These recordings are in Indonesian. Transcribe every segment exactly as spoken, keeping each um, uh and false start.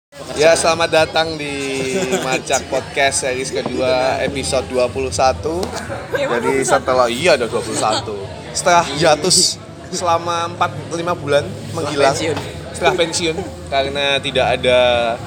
Ya, selamat datang di Macak Podcast series kedua episode dua puluh satu. Jadi setelah iya ada dua puluh satu. Setelah hiatus selama empat lima bulan menghilang setelah pensiun karena tidak ada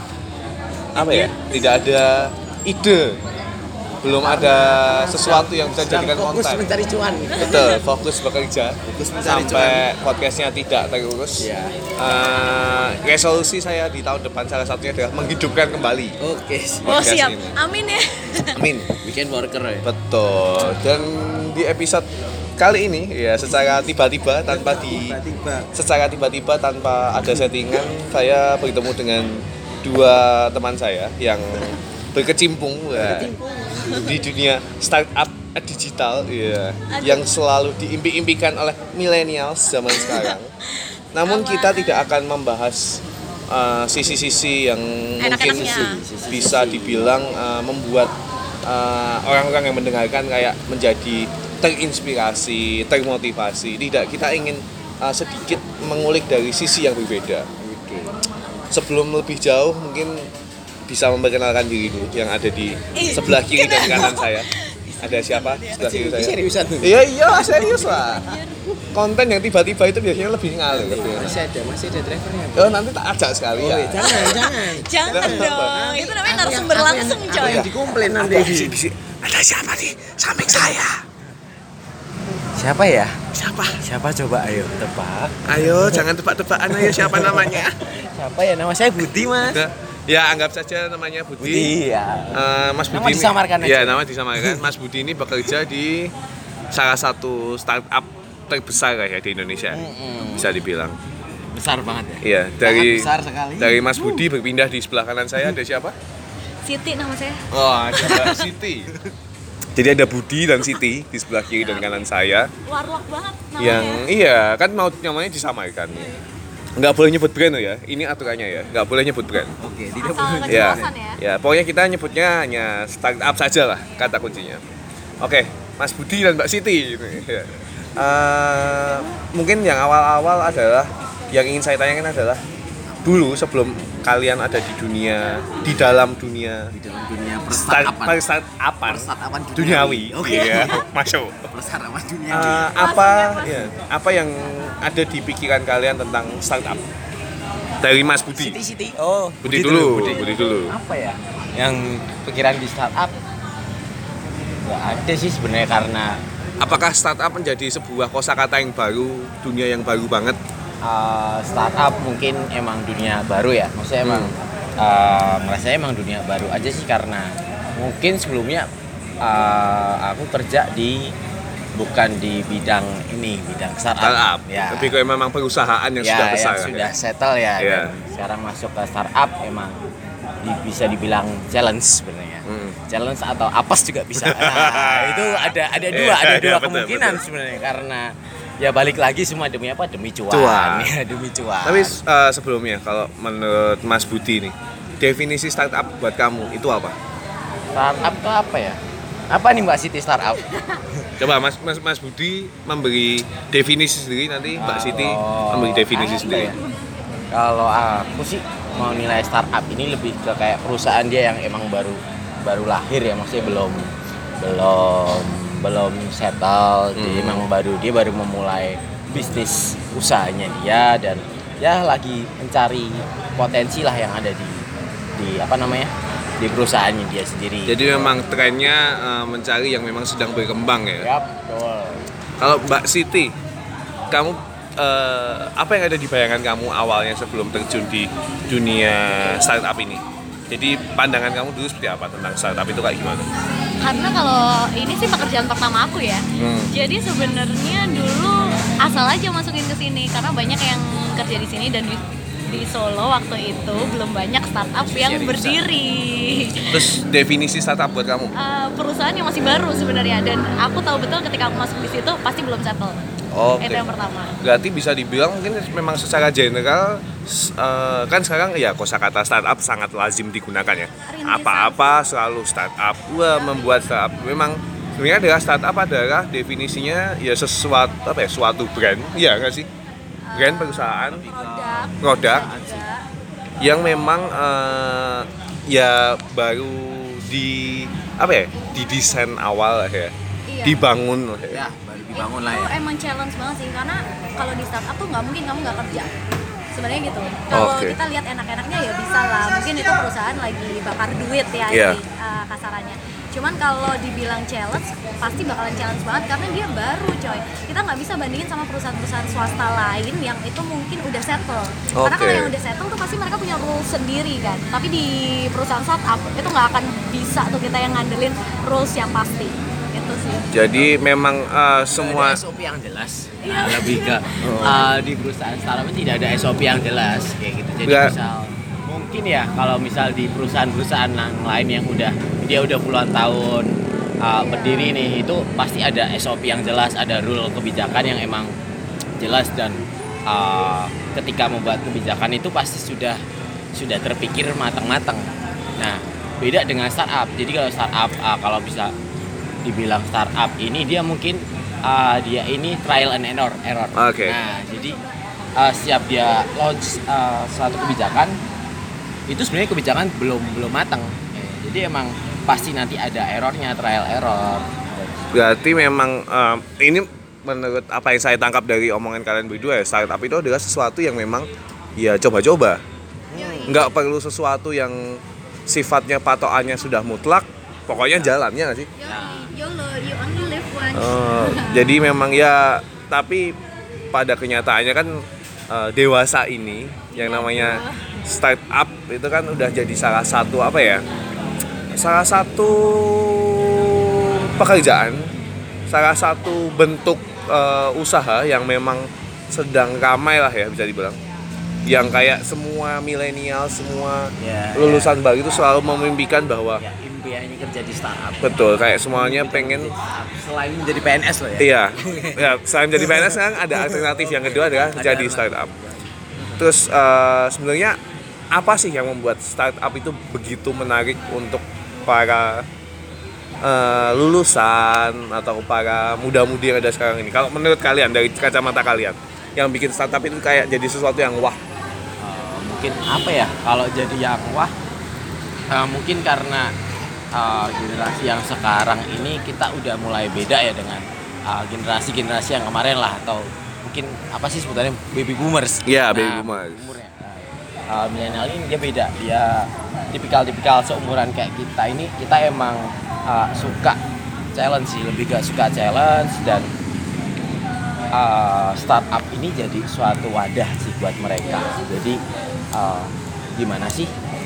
apa ya? Tidak ada ide. Belum ada sesuatu yang bisa dijadikan konten. Fokus mencari cuan. Betul, fokus bekerja. Fokus mencari sampai cuan. Podcastnya tidak terurus. Ya. Uh, resolusi saya di tahun depan salah satunya adalah menghidupkan kembali. Oke. Oh Podcast siap, ini. amin ya. Amin. Weekend worker ya. Betul. Dan di episode kali ini ya secara tiba-tiba tanpa di Tiba-tiba. secara tiba-tiba tanpa ada settingan saya bertemu dengan dua teman saya yang berkecimpung ya, di dunia startup digital ya, yang selalu diimpi-impikan oleh milenial zaman sekarang. Namun kita tidak akan membahas uh, sisi-sisi yang mungkin Enak-enaknya. bisa dibilang uh, membuat uh, orang-orang yang mendengarkan kayak menjadi terinspirasi, termotivasi. Tidak, kita ingin uh, sedikit mengulik dari sisi yang berbeda. Oke. Sebelum lebih jauh mungkin bisa memperkenalkan diri dulu yang ada di sebelah kiri dan kanan saya. Ada siapa? Sebelah kiri saya. Seriusan tuh. Iya iya serius lah. Konten yang tiba-tiba itu biasanya lebih ngalir. Masih ada, masih ada drivernya. Oh nanti tak ajak sekali Oh, ya. jangan, jangan. Jangan Kenapa? dong, itu namanya Aku narasumber yang- aku langsung yang- coy. Aku yang dikomplain nanti. Ada siapa di samping saya? Siapa ya? Siapa? Siapa coba ayo tebak. Ayo jangan tebak-tebakan ayo siapa namanya. Siapa ya? Nama saya Budi, Mas. Ya anggap saja namanya Budi. Budi ya. Uh, Mas Nama Budi ini- disamarkan aja. Ya, nama disamarkan. Mas Budi ini bekerja di salah satu startup terbesar ya di Indonesia. Mm-mm. Bisa dibilang. Besar banget ya. Iya, dari Sangat besar sekali. dari Mas Budi berpindah di sebelah kanan saya ada siapa? Siti nama saya. Oh, ada Mbak Siti. Jadi ada Budi dan Siti di sebelah kiri dan kanan saya. Warlock banget namanya. Yang iya, kan mau namanya disamarkan. Nggak boleh nyebut brand ya. Ini aturannya ya. Nggak boleh nyebut brand. Oke, tidak Asal boleh. Ya, kejelasan ya. ya, pokoknya kita nyebutnya hanya startup saja lah kata kuncinya. Oke, Mas Budi dan Mbak Siti. Ya. Eh, mungkin yang awal-awal adalah yang ingin saya tanyakan adalah dulu sebelum kalian ada di dunia di dalam dunia Di dalam dunia start perstartupan. startupan Perstartupan duniawi. Oke. Iya, masuk. Perstartupan duniawi. Eh, apa ya, apa yang ada di pikiran kalian tentang startup? Dari Mas Budi. Siti Siti. Oh, Budi dulu, Budi dulu. Apa ya? Yang pikiran di startup nggak ada sih sebenarnya, karena Apakah startup menjadi sebuah kosakata yang baru, dunia yang baru banget? uh, startup mungkin emang dunia baru ya. Maksudnya emang uh, merasa emang dunia baru aja sih, karena mungkin sebelumnya uh, aku kerja di bukan di bidang ini, bidang startup. Startup. Ya. Lebih ke memang perusahaan yang Ya, sudah besar. yang sudah ya? settle ya. Iya. Dan sekarang masuk ke startup emang di- bisa dibilang challenge sebenarnya. Hmm. Challenge atau apes juga bisa. Nah, itu ada ada dua, Iya, ada iya, dua betul, kemungkinan betul. sebenarnya, karena ya balik lagi semua demi apa? Demi cuan. Cuan. Ya, demi cuan. Tapi uh, sebelumnya, kalau menurut Mas Budi nih, definisi startup buat kamu itu apa? Startup tuh apa ya? Apa nih Mbak Siti startup? Coba Mas Mas, Mas Budi memberi definisi sendiri, nanti Mbak Siti Kalau memberi definisi apa sendiri. ya? Kalau aku sih mau nilai startup ini lebih ke kayak perusahaan dia yang emang baru baru lahir ya, maksudnya belum belum belum settle, jadi Hmm. emang baru dia baru memulai bisnis usahanya dia, dan ya lagi mencari potensi lah yang ada di di apa namanya di perusahaannya dia sendiri. Jadi memang trennya uh, mencari yang memang sedang berkembang ya. Yap, betul. Kalau Mbak Siti, kamu uh, apa yang ada di bayangan kamu awalnya sebelum terjun di dunia startup ini? Jadi pandangan kamu dulu seperti apa tentang startup itu kayak gimana? Karena kalau ini sih pekerjaan pertama aku ya. Hmm. Jadi sebenarnya dulu asal aja masukin ke sini karena banyak yang kerja di sini, dan di, di Solo waktu itu belum banyak startup yang Seriusan? berdiri. Terus definisi startup buat kamu? Uh, perusahaan yang masih baru sebenarnya, dan aku tahu betul ketika aku masuk di situ pasti belum settle. Oke. Itu yang pertama. Berarti bisa dibilang mungkin memang secara general s- eh, kan sekarang ya kosakata startup sangat lazim digunakan ya. Rintisan. Apa-apa selalu startup. Wah, membuat startup. Memang sebenarnya adalah startup adalah definisinya ya sesuatu apa ya, suatu brand. Iya nggak sih? Brand perusahaan, Produk. produk Juga. yang memang uh, ya baru di apa ya didesain awal lah ya, Iya. dibangun lah ya. Ya, baru dibangun lah Itu ya. emang challenge banget sih, karena kalau di startup tuh nggak mungkin kamu nggak kerja. Sebenarnya gitu. Kalau Oke. kita lihat enak-enaknya ya bisa lah. Mungkin itu perusahaan lagi bakar duit ya Iya. ini uh, kasarannya. Cuman kalau dibilang challenge, pasti bakalan challenge banget karena dia baru coy. Kita nggak bisa bandingin sama perusahaan-perusahaan swasta lain yang itu mungkin udah settle. Karena Oke. kalau yang udah settle tuh pasti mereka punya rules sendiri kan. Tapi di perusahaan startup itu nggak akan bisa tuh kita yang ngandelin rules yang pasti. Gitu sih. Jadi memang uh, semua Tidak ada S O P yang jelas. Nah, lebih ke uh, di perusahaan startup itu tidak ada S O P yang jelas kayak gitu. Jadi Nggak. misal mungkin ya kalau misal di perusahaan-perusahaan yang lain yang udah dia udah puluhan tahun uh, berdiri nih, itu pasti ada S O P yang jelas, ada rule kebijakan yang emang jelas, dan uh, ketika membuat kebijakan itu pasti sudah sudah terpikir matang-matang. Nah, beda dengan startup. Jadi kalau startup uh, kalau bisa dibilang startup ini dia mungkin uh, dia ini trial and error error. Oke. Nah, jadi uh, setiap dia launch uh, suatu kebijakan itu sebenarnya kebijakan belum belum matang. Eh, jadi emang pasti nanti ada errornya, trial error. berarti memang uh, ini menurut apa yang saya tangkap dari omongan kalian berdua ya, startup itu adalah sesuatu yang memang ya coba-coba. Nggak perlu sesuatu yang sifatnya patokannya sudah mutlak, pokoknya jalannya nggak sih? YOLO, you only live once. Oh, jadi memang ya, tapi pada kenyataannya kan uh, dewasa ini yang namanya startup itu kan udah jadi salah satu apa ya? Salah satu pekerjaan, salah satu bentuk uh, usaha yang memang sedang ramai lah ya bisa dibilang. Yang kayak semua milenial, semua Ya, lulusan baru itu selalu memimpikan bahwa Ya, impiannya kerja di startup. betul, kayak semuanya pengen. Selain menjadi P N S loh ya. Iya, ya selain jadi P N S kan ada alternatif yang kedua adalah Ada jadi apa? startup. Terus uh, sebenarnya apa sih yang membuat startup itu begitu menarik untuk para uh, lulusan atau para muda-mudi yang ada sekarang ini? Kalau menurut kalian dari kacamata kalian, yang bikin startup itu kayak jadi sesuatu yang wah. Uh, mungkin apa ya kalau jadi yang wah uh, mungkin karena uh, generasi yang sekarang ini kita udah mulai beda ya dengan uh, generasi-generasi yang kemarin lah, atau mungkin apa sih sebutannya baby boomers. Iya, baby boomers. Umurnya, uh, milenial ini dia beda, dia tipikal-tipikal seumuran kayak kita ini, kita emang uh, suka challenge sih, lebih gak suka challenge, dan uh, startup ini jadi suatu wadah sih buat mereka. Jadi uh, gimana sih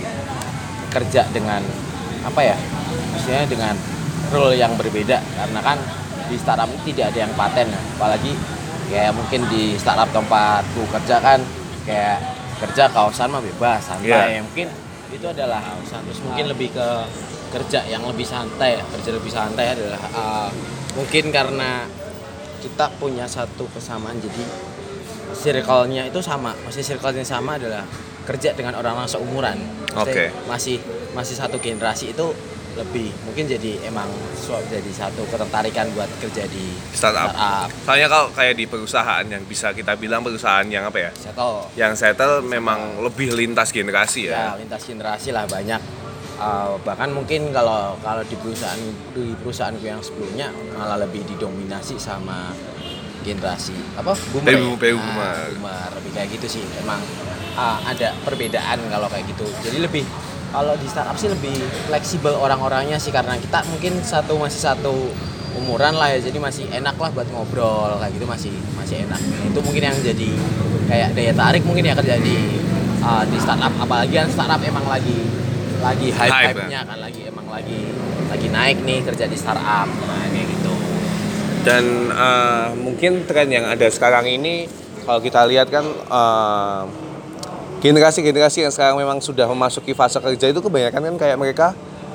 kerja dengan apa ya, maksudnya dengan role yang berbeda, karena kan di startup ini tidak ada yang paten ya. Apalagi kayak mungkin di startup tempatku kerja kan kayak kerja kawasan mah bebas santai. Yeah. Mungkin itu adalah kawasan, terus mungkin lebih ke kerja yang lebih santai, kerja lebih santai adalah uh, mungkin karena kita punya satu kesamaan, jadi circle-nya itu sama. Maksudnya circle-nya sama adalah kerja dengan orang-orang seumuran. Maksudnya Oke. masih masih satu generasi, itu lebih mungkin jadi emang so, jadi satu ketertarikan buat kerja di Startup. startup. Soalnya kalau kayak di perusahaan yang bisa kita bilang perusahaan yang apa ya? Settle. Yang settle memang lebih lintas generasi Ya, ya. lintas generasi lah banyak. Uh, bahkan mungkin kalau kalau di perusahaan di perusahaanku yang sebelumnya malah lebih didominasi sama generasi apa boomer Baby- ya? baby Nah, boomer. boomer, lebih kayak gitu sih. Emang uh, ada perbedaan kalau kayak gitu. Jadi lebih kalau di startup sih lebih fleksibel orang-orangnya sih, karena kita mungkin satu masih satu umuran lah ya, jadi masih enak lah buat ngobrol kayak gitu, masih masih enak. Itu mungkin yang jadi kayak daya tarik mungkin ya kerja di uh, di startup, apalagi kan startup emang lagi lagi hype Hype, hype-nya kan, lagi emang lagi lagi naik nih kerja di startup, nah kayak gitu. Dan uh, mungkin tren yang ada sekarang ini kalau kita lihat kan uh, generasi-generasi yang sekarang memang sudah memasuki fase kerja itu kebanyakan kan kayak mereka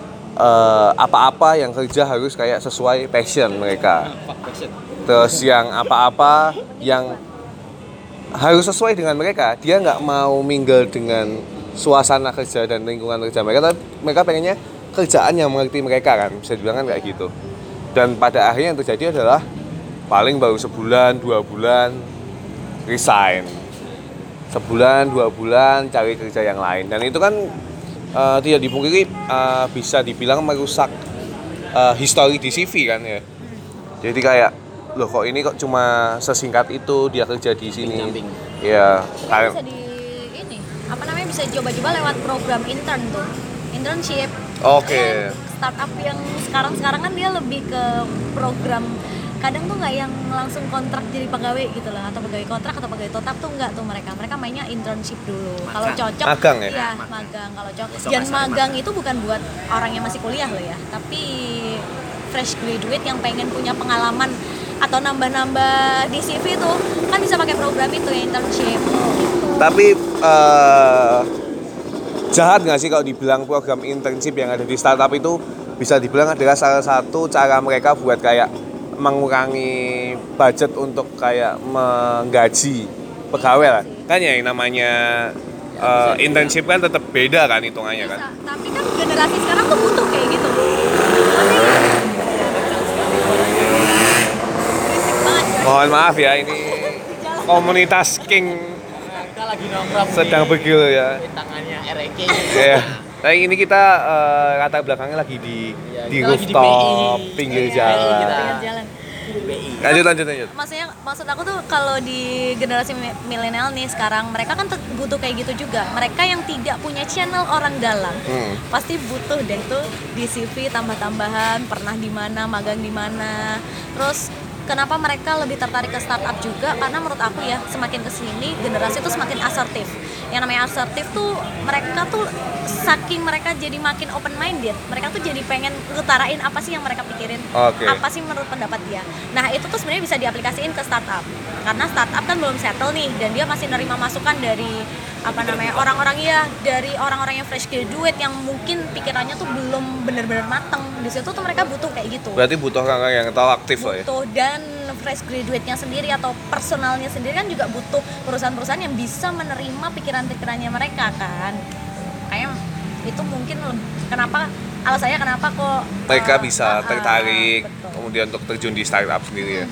uh, apa-apa yang kerja harus kayak sesuai passion mereka. Terus yang apa-apa yang harus sesuai dengan mereka, dia nggak mau mingle dengan suasana kerja dan lingkungan kerja mereka, tapi mereka pengennya kerjaan yang mengerti mereka kan, bisa dibilang kan kayak gitu. Dan pada akhirnya yang terjadi adalah paling baru sebulan, dua bulan resign. sebulan dua bulan cari kerja yang lain, dan itu kan uh, tidak dipungkiri uh, bisa dibilang merusak uh, histori di C V kan ya. Jadi kayak loh kok ini kok cuma sesingkat itu dia kerja di sini. Jumping. Ya, Dia kayak bisa di ini apa namanya bisa coba-coba lewat program intern tuh, internship. Oke. Ya, startup yang sekarang-sekarang kan dia lebih ke program, kadang tuh nggak yang langsung kontrak jadi pegawai gitu lah, atau pegawai kontrak atau pegawai tetap tuh nggak tuh mereka mereka mainnya internship dulu. Kalau cocok Magang ya? iya, magang kalau cocok. Dan magang itu bukan buat orang yang masih kuliah loh ya, tapi fresh graduate yang pengen punya pengalaman atau nambah-nambah di C V tuh kan bisa pakai program itu ya, internship gitu. Tapi uh, jahat nggak sih kalau dibilang program internship yang ada di startup itu bisa dibilang adalah salah satu cara mereka buat kayak mengurangi budget untuk kayak menggaji pegawai lah. Kan ya yang namanya uh, internship kan tetap beda kan hitungannya kan. Bisa, tapi kan generasi sekarang tuh butuh kayak gitu. Berisik banget coy. Mohon maaf ya, ini komunitas King Kita lagi nongkrong sedang di, bergilir ya. di tangannya R E K. Ya. Nah ini kita uh, latar belakangnya lagi di Iya, di kita lagi di rooftop B I. pinggir Iya, jalan. kita. pinggir jalan. B I. Lanjut lanjut lanjut. Maksudnya maksud aku tuh kalau di generasi mi- milenial nih sekarang mereka kan tet- butuh kayak gitu juga. Mereka yang tidak punya channel orang dalam Hmm. pasti butuh deh tuh di C V tambah-tambahan pernah di mana, magang di mana. Terus kenapa mereka lebih tertarik ke startup juga? Karena menurut aku ya semakin kesini generasi tuh semakin asertif. Yang namanya asertif tuh mereka tuh saking mereka jadi makin open minded, mereka tuh jadi pengen ngutarain apa sih yang mereka pikirin, Oke. apa sih menurut pendapat dia. Nah itu tuh sebenarnya bisa diaplikasiin ke startup, karena startup kan belum settle nih dan dia masih nerima masukan dari apa namanya orang-orang ya dari orang-orang yang fresh graduate yang mungkin pikirannya tuh belum benar-benar mateng. Di situ tuh mereka butuh kayak gitu. Berarti butuh orang yang tahu aktif lah ya. Butuh, dan fresh graduate-nya sendiri atau personalnya sendiri kan juga butuh perusahaan-perusahaan yang bisa menerima pikiran-pikirannya mereka kan. Kayak itu mungkin leb- kenapa alasannya kenapa kok Mereka uh, bisa uh, uh, tertarik betul. kemudian untuk terjun di startup sendiri ya.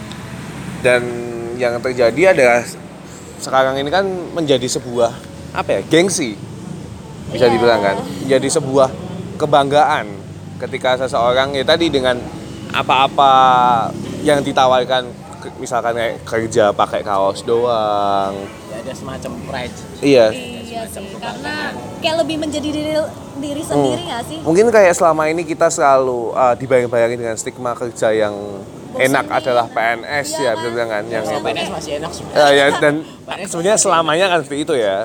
Dan yang terjadi adalah sekarang ini kan menjadi sebuah apa ya, gengsi bisa Iya. dibilang kan, menjadi sebuah kebanggaan ketika seseorang ya tadi dengan apa-apa yang ditawarkan, ke- misalkan kayak kerja pakai kaos doang. Ya, ada semacam pride. Iya. Iya sih, karena kayak lebih menjadi diri diri sendiri nggak sih? Mungkin kayak selama ini kita selalu uh, dibayang-bayangin dengan stigma kerja yang enak Bosenin, adalah P kan? N S Iya ya, kan? bisa bilang kan, yang Kalau P N S masih enak sih. Ya, ya, dan sebenarnya selamanya kan seperti itu ya.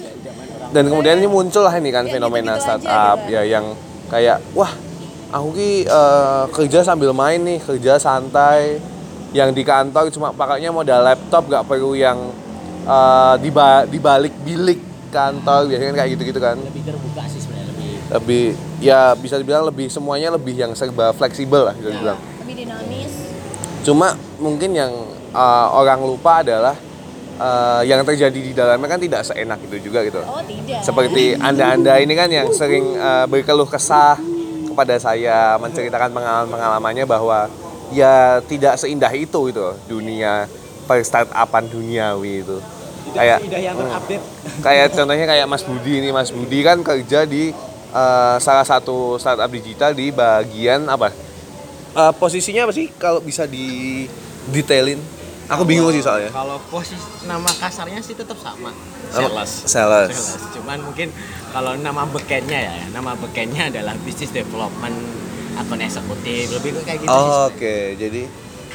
Dan kemudian ini muncul lah ini kan Ya, fenomena gitu-gitu aja startup gitu. ya yang kayak wah aku ki eh, kerja sambil main nih, kerja santai, yang di kantor cuma pakainya modal laptop, gak perlu yang eh, di ba- di balik bilik kantor biasanya kan kayak gitu-gitu kan. Lebih terbuka sih sebenarnya, lebih Lebih ya bisa dibilang lebih semuanya lebih yang serba fleksibel lah bisa dibilang. Lebih dinamis. Cuma mungkin yang uh, orang lupa adalah uh, yang terjadi di dalamnya kan tidak seenak itu juga gitu. Oh tidak. Seperti anda-anda ini kan yang sering uh, berkeluh kesah kepada saya, menceritakan pengalaman-pengalamannya bahwa ya tidak seindah itu gitu dunia per startupan duniawi itu. Kayak tidak yang terupdate. kayak contohnya kayak Mas Budi ini, Mas Budi kan kerja di uh, salah satu startup digital di bagian apa? Uh, posisinya apa sih kalau bisa di detailin? Aku bingung sih soalnya. Kalau posisi nama kasarnya sih tetap sama. Nama- Sales. sales. Sales. Cuman mungkin kalau nama bekennya ya, nama bekennya adalah business development, akun eksekutif, lebih ke kayak gitu sih. Oh, Oke, jadi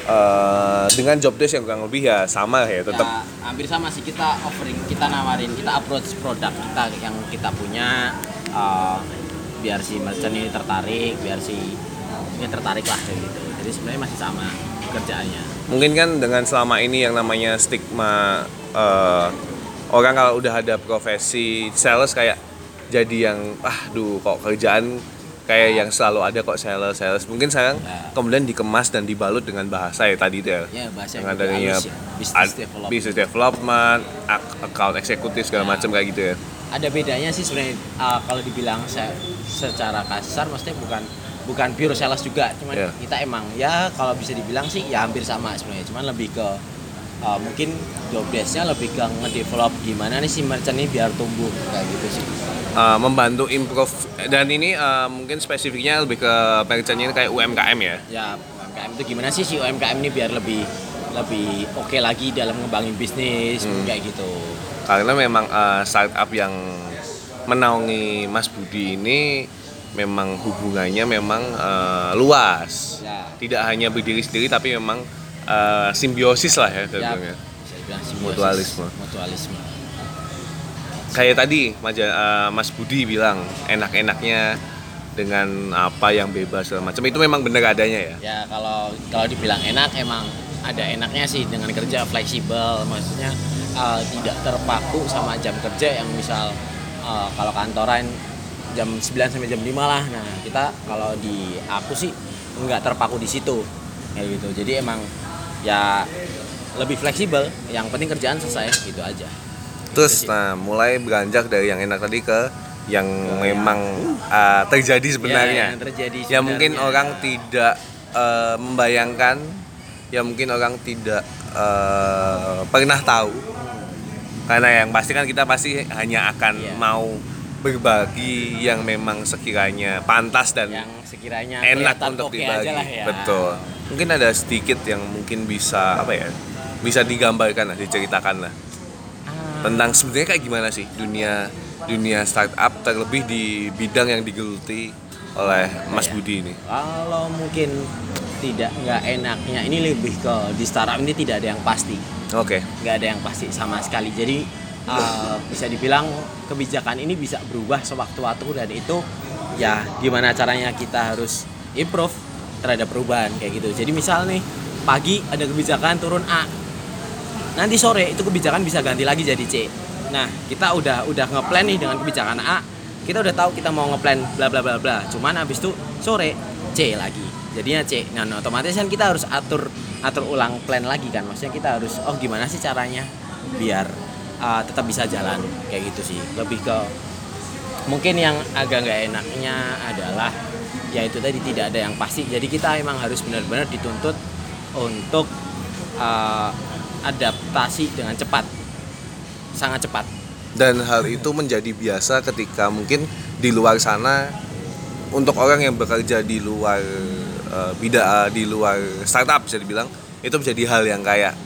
uh, dengan job desk yang kurang lebih ya sama ya, tetap. Ya, hampir sama sih, kita offering, kita nawarin, kita approach produk kita yang kita punya, uh, biar si merchant ini tertarik, biar si ini tertarik lah kayak gitu. Jadi sebenarnya masih sama kerjaannya. Mungkin kan dengan selama ini yang namanya stigma uh, orang kalau udah ada profesi sales kayak jadi yang ah duh kok kerjaan kayak yang selalu ada kok sales sales. Mungkin sekarang Ya. kemudian dikemas dan dibalut dengan bahasa ya tadi itu ya. Ya, bahasa Yang yang adanya lebih halus ya. Business ad- development. business development, ak- account eksekutif segala Ya. macam kayak gitu ya. Ada bedanya sih sebenarnya, uh, kalau dibilang se- secara kasar maksudnya bukan bukan pure sales juga, cuman Yeah. kita emang ya kalau bisa dibilang sih ya hampir sama sebenarnya, cuman lebih ke uh, mungkin job desk-nya lebih ke ngedevelop gimana nih si merchant ini biar tumbuh kayak gitu sih. Uh, membantu improve dan ini uh, mungkin spesifiknya lebih ke merchant-nya kayak U M K M ya. Ya U M K M itu gimana sih si U M K M ini biar lebih lebih oke okay lagi dalam ngembangin bisnis hmm. kayak gitu. Karena memang uh, startup yang menaungi Mas Budi ini memang hubungannya memang uh, luas. Ya. Tidak hanya berdiri sendiri tapi memang uh, simbiosis lah ya sebetulnya. Ya. Bisa dibilang simbiosis. Mutualisme. Mutualisme. Kayak tadi uh, Mas Budi bilang enak-enaknya dengan apa yang bebas segala macam itu memang benar adanya ya. Ya kalau kalau dibilang enak emang ada enaknya sih dengan kerja fleksibel, maksudnya uh, tidak terpaku sama jam kerja yang misal uh, kalau kantoran jam sembilan sampai jam lima lah. Nah, kita kalau di aku sih nggak terpaku di situ. Kayak gitu. Jadi emang ya lebih fleksibel, yang penting kerjaan selesai gitu aja. Terus nah mulai beranjak dari yang enak tadi ke yang oh, memang ya. uh, terjadi sebenarnya. Ya, yang terjadi sebenarnya. Ya mungkin orang tidak uh, membayangkan, ya mungkin orang tidak uh, pernah tahu. Karena yang pasti kan kita pasti hanya akan ya. mau berbagi yang memang sekiranya pantas dan yang sekiranya enak untuk dibagi. Ya. Betul. Mungkin ada sedikit yang mungkin bisa apa ya? Bisa digambarkan lah, diceritakan lah. Tentang sebenarnya kayak gimana sih dunia dunia startup terlebih di bidang yang digeluti oleh Mas ya. Budi ini. Kalau mungkin tidak nggak enaknya ini lebih ke di startup ini tidak ada yang pasti. Oke. Okay. Nggak ada yang pasti sama sekali. Jadi uh, bisa dibilang kebijakan ini bisa berubah sewaktu-waktu dan itu ya gimana caranya kita harus improve terhadap perubahan kayak gitu. Jadi misal nih pagi ada kebijakan turun A. Nanti sore itu kebijakan bisa ganti lagi jadi C. Nah, kita udah udah ngeplan nih dengan kebijakan A. Kita udah tahu kita mau ngeplan bla bla bla bla. Cuman habis itu sore C lagi. Jadinya C. Nah, otomatis kan kita harus atur atur ulang plan lagi kan. Maksudnya kita harus oh gimana sih caranya biar uh, tetap bisa jalan kayak gitu sih. Lebih ke mungkin yang agak nggak enaknya adalah ya itu tadi tidak ada yang pasti. Jadi kita emang harus benar-benar dituntut untuk uh, adaptasi dengan cepat, sangat cepat. Dan hal itu menjadi biasa ketika mungkin di luar sana untuk orang yang bekerja di luar uh, bida di luar startup bisa dibilang itu menjadi hal yang kayak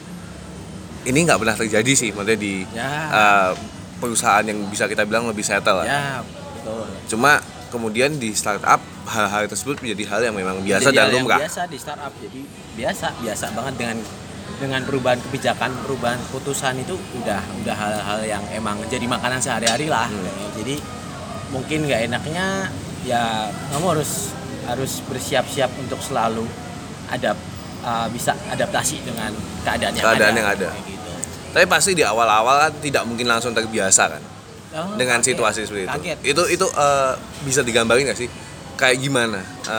ini nggak pernah terjadi sih, maksudnya di ya. uh, perusahaan yang bisa kita bilang lebih settle lah. Ya, betul. Cuma kemudian di startup hal-hal tersebut menjadi hal yang memang biasa jadi dan lumrah. Biasa di startup jadi biasa biasa banget dengan dengan perubahan kebijakan, perubahan putusan itu udah udah hal-hal yang emang jadi makanan sehari-hari lah. Hmm. Jadi mungkin nggak enaknya ya kamu harus harus bersiap-siap untuk selalu adap uh, bisa adaptasi dengan keadaan yang keadaan ada. Yang ada. Gitu. Tapi pasti di awal-awal kan tidak mungkin langsung terbiasa kan oh, dengan kaget. situasi seperti itu. Kaget. Itu itu uh, bisa digambarin nggak sih? Kayak gimana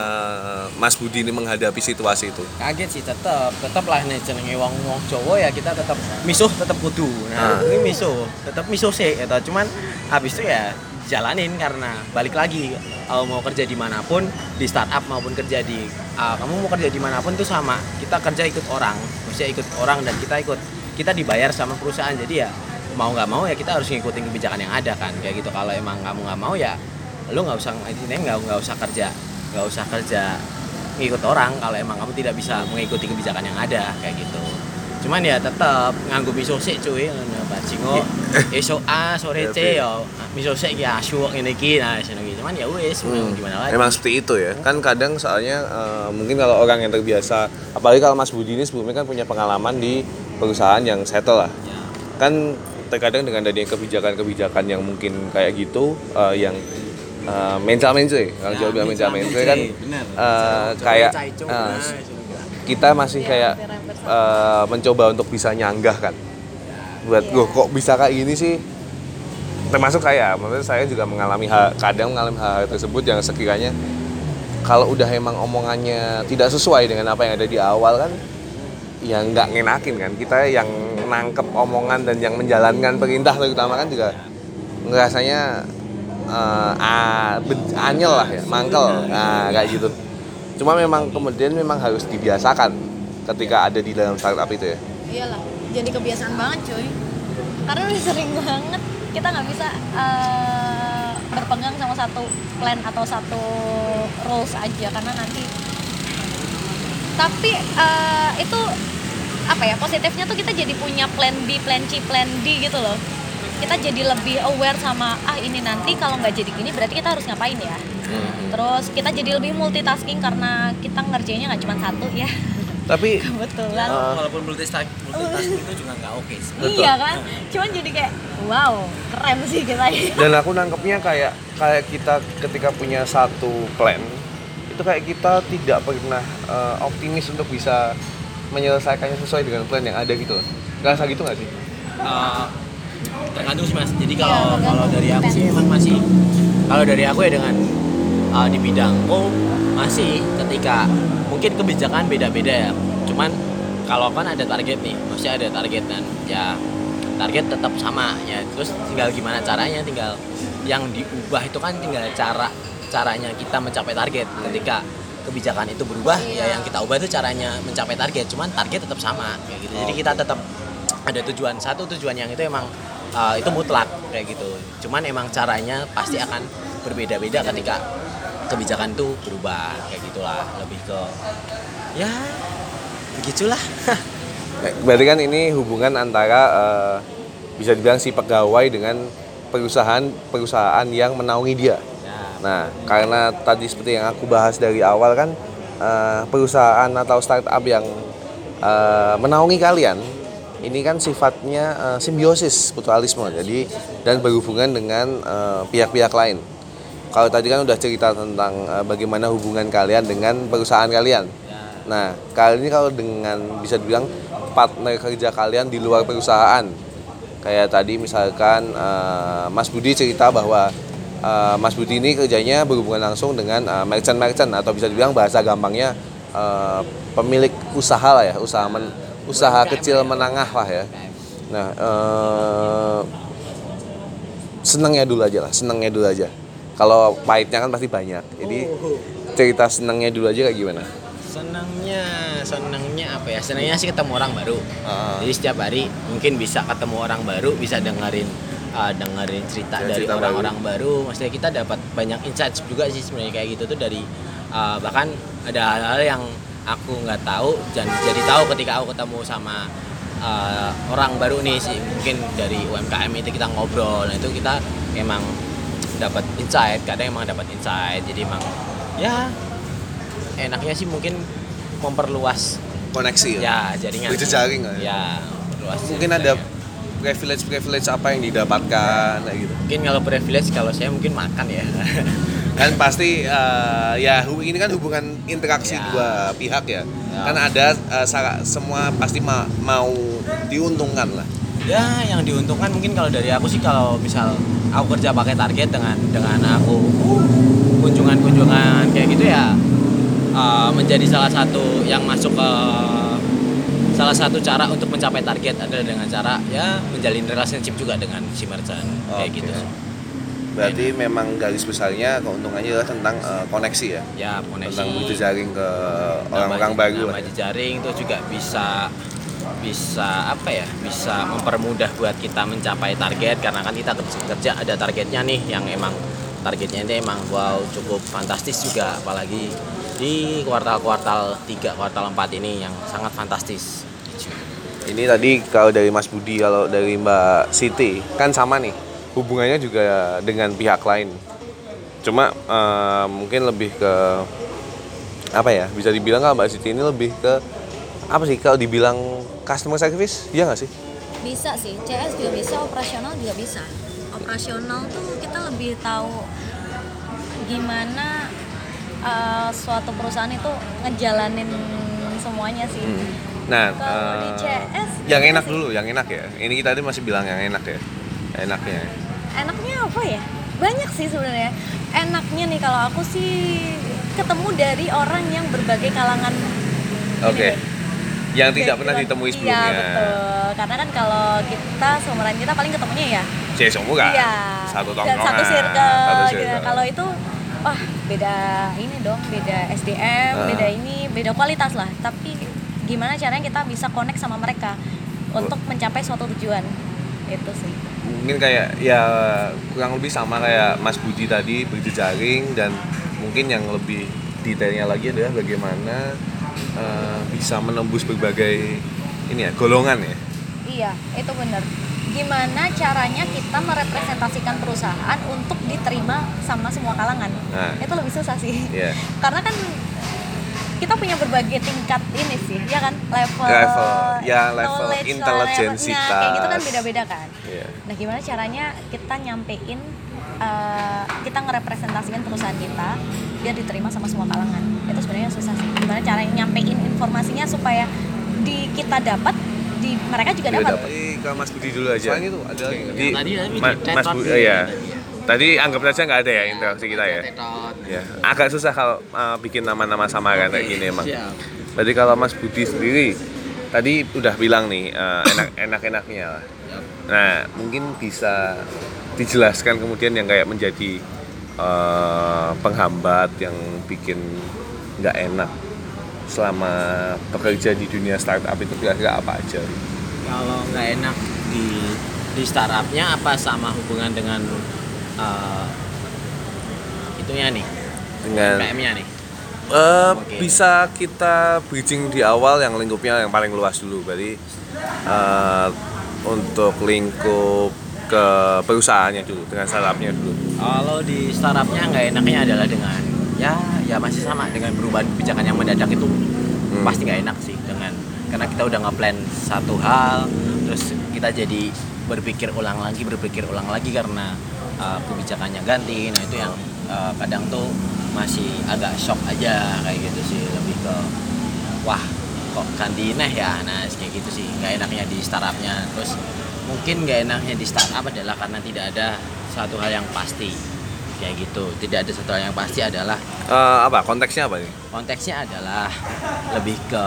uh, Mas Budi ini menghadapi situasi itu? Kaget sih tetap, tetap lah nih jenenge wong wong Jawa ya kita tetap misuh tetap kudu. Nah, nah. ini misuh, tetap misuh sih gitu. Cuman habis itu ya jalanin karena balik lagi kalau mau kerja dimanapun di startup maupun kerja di uh, kamu mau kerja dimanapun tuh sama. Kita kerja ikut orang, maksudnya ikut orang dan kita ikut kita dibayar sama perusahaan. Jadi ya mau nggak mau ya kita harus ngikutin kebijakan yang ada kan kayak gitu. Kalau emang kamu nggak mau ya lu nggak usah ini nggak nggak usah kerja nggak usah kerja ngikut orang kalau emang kamu tidak bisa mengikuti kebijakan yang ada kayak gitu. Cuman ya tetap nganggo miso sik cuy ngono bajingo esok A sore C yo miso sik iki asu ngene iki nah sene iki. Cuman ya wis hmm. gimana lagi. Emang seperti itu ya. Kan kadang soalnya uh, mungkin kalau orang yang terbiasa apalagi kalau Mas Budi ini sebelumnya kan punya pengalaman di perusahaan yang settle lah. Ya. Kan terkadang dengan adanya kebijakan-kebijakan yang mungkin kayak gitu uh, yang Uh, mencal-mencal, kalau Jawa bilang mencal-mencal kan uh, kayak uh, kita masih kayak uh, mencoba untuk bisa nyanggah kan buat gue kok bisa kayak gini sih, termasuk saya, maksudnya saya juga mengalami hal, kadang mengalami hal tersebut yang sekiranya kalau udah emang omongannya tidak sesuai dengan apa yang ada di awal kan ya nggak ngenakin kan, kita yang nangkep omongan dan yang menjalankan perintah terutama kan juga ngerasanya Uh, ah, anyel lah ya, mangkel, nah kayak gitu. Cuma memang kemudian memang harus dibiasakan ketika ada di dalam startup itu ya. Iyalah. jadi kebiasaan banget cuy, karena udah sering banget kita nggak bisa uh, berpegang sama satu plan atau satu rules aja, karena nanti tapi uh, itu apa ya, positifnya tuh kita jadi punya plan B, plan C, plan D gitu loh. Kita jadi lebih aware sama ah ini nanti kalau nggak jadi gini berarti kita harus ngapain ya. Hmm. Terus kita jadi lebih multitasking karena kita ngerjainnya nggak cuma satu ya. Tapi kebetulan uh, walaupun multitasking, multitasking itu juga nggak oke okay. Iya kan, cuman jadi kayak wow keren sih kita. Dan aku nangkepnya kayak kayak kita ketika punya satu plan itu kayak kita tidak pernah uh, optimis untuk bisa menyelesaikannya sesuai dengan plan yang ada gitu loh. Ngerasa gitu nggak sih? Uh, tergantung sih mas. Jadi kalau ya, kalau dari aku sih emang masih, kalau dari aku ya dengan uh, di bidangku masih ketika mungkin kebijakan beda-beda ya. Cuman kalau kan ada target nih, maksudnya ada target dan ya target tetap sama ya. Terus tinggal gimana caranya, tinggal yang diubah itu kan tinggal cara caranya kita mencapai target. Ketika kebijakan itu berubah iya. ya yang kita ubah itu caranya mencapai target, cuman target tetap sama kayak gitu. Jadi kita tetap ada tujuan, satu tujuan yang itu emang uh, itu mutlak kayak gitu. Cuman emang caranya pasti akan berbeda-beda ketika kebijakan itu berubah kayak gitulah, lebih ke ya begitulah. Berarti kan ini hubungan antara uh, bisa dibilang si pegawai dengan perusahaan perusahaan yang menaungi dia. Nah, karena tadi seperti yang aku bahas dari awal kan uh, perusahaan atau startup yang uh, menaungi kalian ini kan sifatnya uh, simbiosis mutualisme, jadi dan berhubungan dengan uh, pihak-pihak lain. Kalau tadi kan udah cerita tentang uh, bagaimana hubungan kalian dengan perusahaan kalian. Nah, kali ini kalau dengan bisa dibilang partner kerja kalian di luar perusahaan, kayak tadi misalkan uh, Mas Budi cerita bahwa Uh, Mas Budi ini kerjanya berhubungan langsung dengan uh, merchant-merchant atau bisa dibilang bahasa gampangnya uh, pemilik usaha lah ya, usaha men, usaha kecil menengah lah ya. Nah, uh, senangnya dulu aja lah, senangnya dulu aja. Kalau pahitnya kan pasti banyak. Jadi cerita senangnya dulu aja kayak gimana? Senangnya, senangnya apa ya? Senangnya sih ketemu orang baru. Uh. Jadi setiap hari mungkin bisa ketemu orang baru, bisa dengerin Uh, dengerin cerita ya, dari cerita orang-orang baru. baru, maksudnya kita dapat banyak insight juga sih sebenarnya kayak gitu tuh dari uh, bahkan ada hal-hal yang aku nggak tahu dan jadi tahu ketika aku ketemu sama uh, orang baru nih sih, mungkin dari U M K M itu kita ngobrol, nah itu kita emang dapat insight, kadang emang dapat insight, jadi emang ya enaknya sih mungkin memperluas koneksi ya, ya jaringan, berjejaring ya, ya memperluas mungkin jaringan. Ada privilege-privilege apa yang didapatkan kayak gitu. Mungkin kalau privilege kalau saya mungkin makan ya. Kan pasti uh, ya ini kan hubungan interaksi ya. Dua pihak ya. Ya. Kan ada uh, semua pasti ma- mau diuntungkan lah. Ya, yang diuntungkan mungkin kalau dari aku sih kalau misal aku kerja pakai target dengan dengan aku kunjungan-kunjungan kayak gitu ya uh, menjadi salah satu yang masuk ke salah satu cara untuk mencapai target adalah dengan cara ya menjalin relationship juga dengan si merchant kayak okay. gitu. Berarti Enak. Memang garis besarnya keuntungannya adalah tentang uh, koneksi ya. Ya, koneksi. Tentang berjejaring ke orang-orang baru. Nama jejaring itu juga bisa bisa apa ya? Bisa mempermudah buat kita mencapai target karena kan kita kerja ada targetnya nih yang emang targetnya ini emang wow cukup fantastis juga, apalagi di kuartal-kuartal tiga, kuartal empat ini yang sangat fantastis. Ini tadi kalau dari Mas Budi, kalau dari Mbak Siti kan sama nih hubungannya juga dengan pihak lain. Cuma uh, mungkin lebih ke apa ya? Bisa dibilang kalau Mbak Siti ini lebih ke apa sih? Kalau dibilang customer service, iya nggak sih? Bisa sih, C S juga bisa, operasional juga bisa. Operasional tuh kita lebih tahu gimana Uh, suatu perusahaan itu ngejalanin semuanya sih. Hmm. Nah, kalau uh, di C S yang enak sih. Dulu, yang enak ya. Ini kita tadi masih bilang yang enak ya. Enaknya. Enaknya apa ya? Banyak sih sebenarnya. Enaknya nih kalau aku sih ketemu dari orang yang berbagai kalangan. Oke. Okay. Yang tidak pernah ditemui sebelumnya. Iya betul. Karena kan kalau kita seumuran kita paling ketemunya ya. C seumuran. Iya. Satu tongkrongan. Satu circle. Satu circle. Gitu. Kalau itu wah beda ini dong, beda S D M, uh. beda ini, beda kualitas lah. Tapi gimana caranya kita bisa connect sama mereka? untuk mencapai suatu tujuan. Itu sih. Mungkin kayak ya kurang lebih sama kayak Mas Budi tadi, berjejaring, dan mungkin yang lebih detailnya lagi adalah bagaimana uh, bisa menembus berbagai ini ya, golongan ya. Iya, itu benar. Gimana caranya kita merepresentasikan perusahaan untuk diterima sama semua kalangan? Nah. Itu lebih susah sih. Yeah. Karena kan kita punya berbagai tingkat ini sih, ya kan, level, level ya level knowledge, intelijensitas, nah, kayak gitu kan beda-beda kan. Yeah. Nah, gimana caranya kita nyampein, uh, kita ngerepresentasikan perusahaan kita biar diterima sama semua kalangan? Itu sebenarnya susah sih. Gimana caranya nyampein informasinya supaya di kita dapat, di mereka juga dapat. Jadi ke Mas Budi dulu aja. Selain itu ada lagi nggak? Di, tadi tadi Ma- Mas Budi, oh, ya. Tadi anggap saja nggak ada ya interaksi kita ya. Ya, agak susah kalau uh, bikin nama-nama samaran kayak gini emang. Berarti kalau Mas Budi sendiri tadi udah bilang nih uh, enak-enak-enaknya lah. Nah, mungkin bisa dijelaskan kemudian yang kayak menjadi uh, penghambat yang bikin nggak enak selama bekerja di dunia startup itu kira-kira apa aja? Kalau nggak enak di di startupnya apa sama hubungan dengan uh, itunya nih, Dengan P M-nya nih? Uh, Mungkin. bisa kita bridging di awal yang lingkupnya yang paling luas dulu. Berarti uh, untuk lingkup ke perusahaannya dulu, dengan startupnya dulu. Kalau di startupnya nggak enaknya adalah dengan ya ya masih sama dengan perubahan kebijakan yang mendadak itu hmm. pasti nggak enak sih, dengan karena kita udah nge-plan satu hal terus kita jadi berpikir ulang lagi berpikir ulang lagi karena uh, kebijakannya ganti. Nah itu yang uh, kadang tuh masih agak shock aja kayak gitu sih, lebih ke wah kok ganti neh ya, nah kayak gitu sih nggak enaknya di startupnya. Terus mungkin nggak enaknya di startup adalah karena tidak ada satu hal yang pasti kayak gitu. Tidak ada satu hal yang pasti adalah Uh, apa konteksnya apa nih? konteksnya adalah lebih ke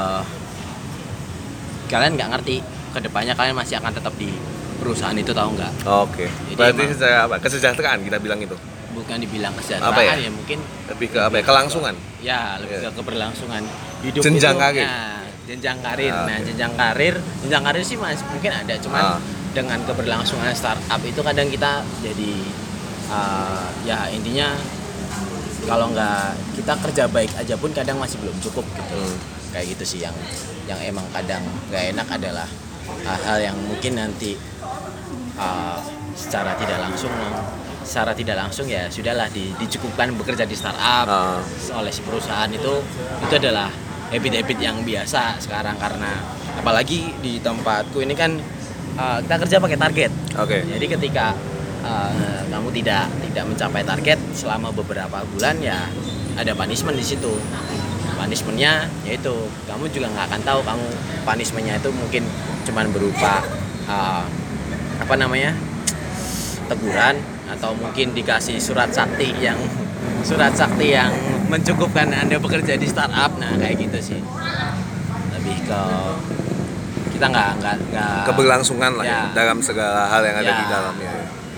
kalian nggak ngerti kedepannya kalian masih akan tetap di perusahaan itu, tahu nggak? Oke. Jadi Berarti emang- secara apa? Kesejahteraan kita bilang itu. Bukan dibilang kesejahteraan Apa ya? ya? mungkin Lebih ke apa ya? Kelangsungan. ya lebih Iya. ke keberlangsungan hidup Jenjang itu, karir. nah, jenjang karir. Ah, Nah, oke. jenjang karir, jenjang karir sih mas mungkin ada, cuman Ah. dengan keberlangsungan startup itu kadang kita jadi uh, ya intinya kalau nggak kita kerja baik aja pun kadang masih belum cukup gitu. Hmm. Kayak gitu sih yang yang emang kadang nggak enak adalah hal-hal yang mungkin nanti uh, secara tidak langsung secara tidak langsung ya sudahlah di, dicukupkan bekerja di startup Ah. oleh si perusahaan itu itu adalah habit-habit yang biasa sekarang, karena apalagi di tempatku ini kan uh, kita kerja pakai target. Oke. Jadi ketika uh, kamu tidak tidak mencapai target selama beberapa bulan ya ada punishment di situ. Punishmentnya yaitu kamu juga nggak akan tahu kamu punishmentnya itu mungkin cuman berupa uh, apa namanya teguran atau mungkin dikasih surat sakti yang surat sakti yang mencukupkan Anda bekerja di startup. Nah kayak gitu sih, lebih ke kita nggak nggak nggak Keberlangsungan lah ya, Ya. dalam segala hal yang ada Ya. di dalamnya.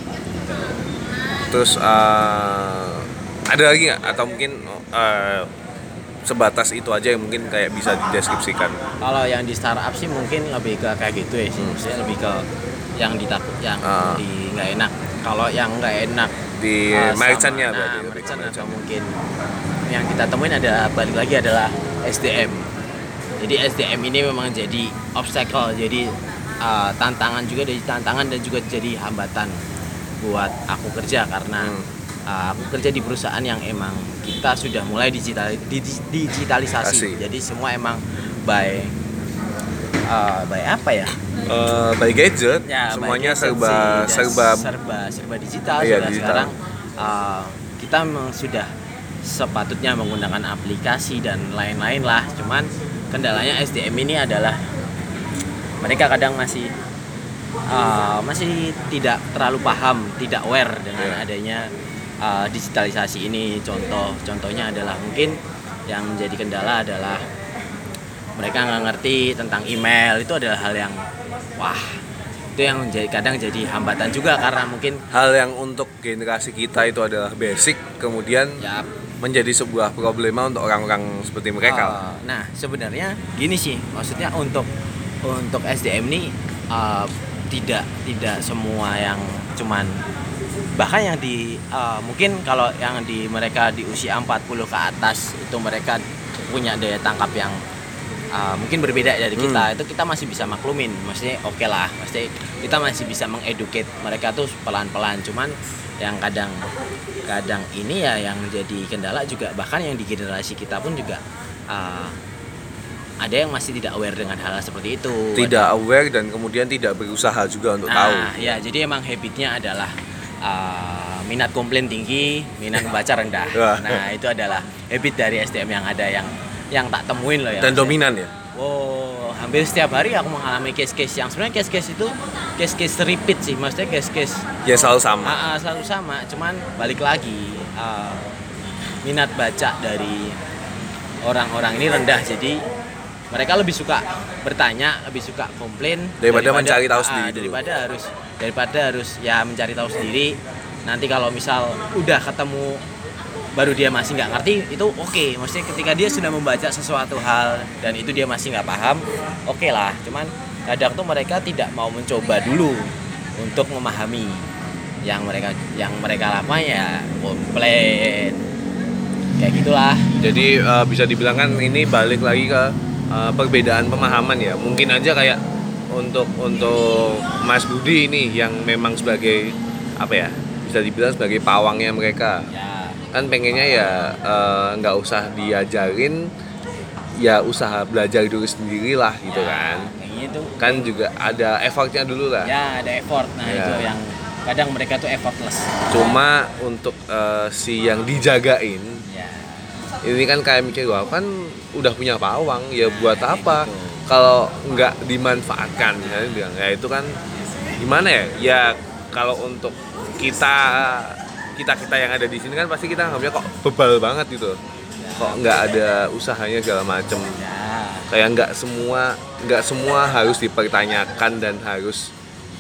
Terus uh, ada lagi nggak atau mungkin uh, sebatas itu aja yang mungkin kayak bisa dideskripsikan? Kalau yang di startup sih mungkin lebih ke kayak gitu ya sih, Hmm. maksudnya lebih ke yang ditakut, yang Ah. di nggak enak. Kalau yang nggak enak Di uh, sama- merchant-nya nah, berarti, lebih ke merchant atau merchant. mungkin yang kita temuin ada balik lagi adalah S D M. Jadi S D M ini memang jadi obstacle, jadi uh, tantangan juga, dari tantangan dan juga jadi hambatan buat aku kerja karena Hmm. uh, aku kerja di perusahaan yang emang kita sudah mulai digital, di- di- digitalisasi. Asik. Jadi semua emang by uh, by apa ya? Uh, by gadget, Ya, semuanya by gadget serba sih, dan serba serba serba digital. Iya, Sudah digital. sekarang uh, kita memang sudah sepatutnya menggunakan aplikasi dan lain-lain lah. Cuman kendalanya S D M ini adalah mereka kadang masih uh, masih tidak terlalu paham, tidak aware dengan Iya. adanya uh, digitalisasi ini. Contoh contohnya adalah mungkin yang menjadi kendala adalah mereka nggak ngerti tentang email. Itu adalah hal yang wah, itu yang menjadi kadang jadi hambatan juga karena mungkin hal yang untuk generasi kita itu adalah basic, kemudian ya menjadi sebuah problema untuk orang-orang seperti mereka. Uh, nah sebenarnya gini sih, maksudnya untuk untuk S D M ini uh, tidak tidak semua yang cuman, bahkan yang di uh, mungkin kalau yang di mereka di usia empat puluh ke atas itu mereka punya daya tangkap yang uh, mungkin berbeda dari kita, hmm. itu kita masih bisa maklumin, maksudnya oke okay lah, maksudnya kita masih bisa mengeduket mereka tuh pelan-pelan. Cuman yang kadang kadang ini ya yang jadi kendala juga, bahkan yang di generasi kita pun juga uh, ada yang masih tidak aware dengan hal seperti itu, tidak ada, aware dan kemudian tidak berusaha juga untuk nah, tahu. Ya jadi emang habitnya adalah uh, minat komplain tinggi, minat membaca rendah. Nah itu adalah habit dari S D M yang ada, yang yang tak temuin loh ya. Dan dominan ya. Oh, hampir setiap hari aku mengalami case-case yang sebenarnya case-case itu case-case repeat sih, maksudnya case-case ya selalu sama. Uh, uh, selalu sama, cuman balik lagi uh, minat baca dari orang-orang ini rendah, jadi mereka lebih suka bertanya, lebih suka komplain daripada, daripada mencari tahu uh, sendiri daripada dulu. harus daripada harus ya mencari tahu sendiri. Nanti kalau misal udah ketemu baru dia masih nggak ngerti, itu oke okay. Maksudnya ketika dia sudah membaca sesuatu hal dan itu dia masih nggak paham, oke okay lah. Cuman kadang tuh mereka tidak mau mencoba dulu untuk memahami yang mereka yang mereka lakukan, ya komplain kayak gitulah. Jadi uh, bisa dibilang kan ini balik lagi ke uh, perbedaan pemahaman ya. Mungkin aja kayak untuk untuk Mas Budi ini yang memang sebagai apa ya, bisa dibilang sebagai pawangnya mereka. Ya. Kan pengennya ya nggak uh, usah diajarin, ya usaha belajar dulu sendiri lah gitu ya, kan. Gitu. Kan juga ada effortnya dulu lah. Ya ada effort, nah ya. Itu yang kadang mereka tuh effortless. Cuma untuk uh, si yang dijagain, ya. Ini kan kayak mikir, wah kan udah punya pawang, ya buat nah, apa gitu. Kalau nggak dimanfaatkan, misalnya bilang ya itu kan gimana ya? Ya kalau untuk kita kita kita yang ada di sini kan pasti kita nganggapnya kok bebal banget gitu, kok nggak ada usahanya segala macem, kayak nggak semua nggak semua harus dipertanyakan dan harus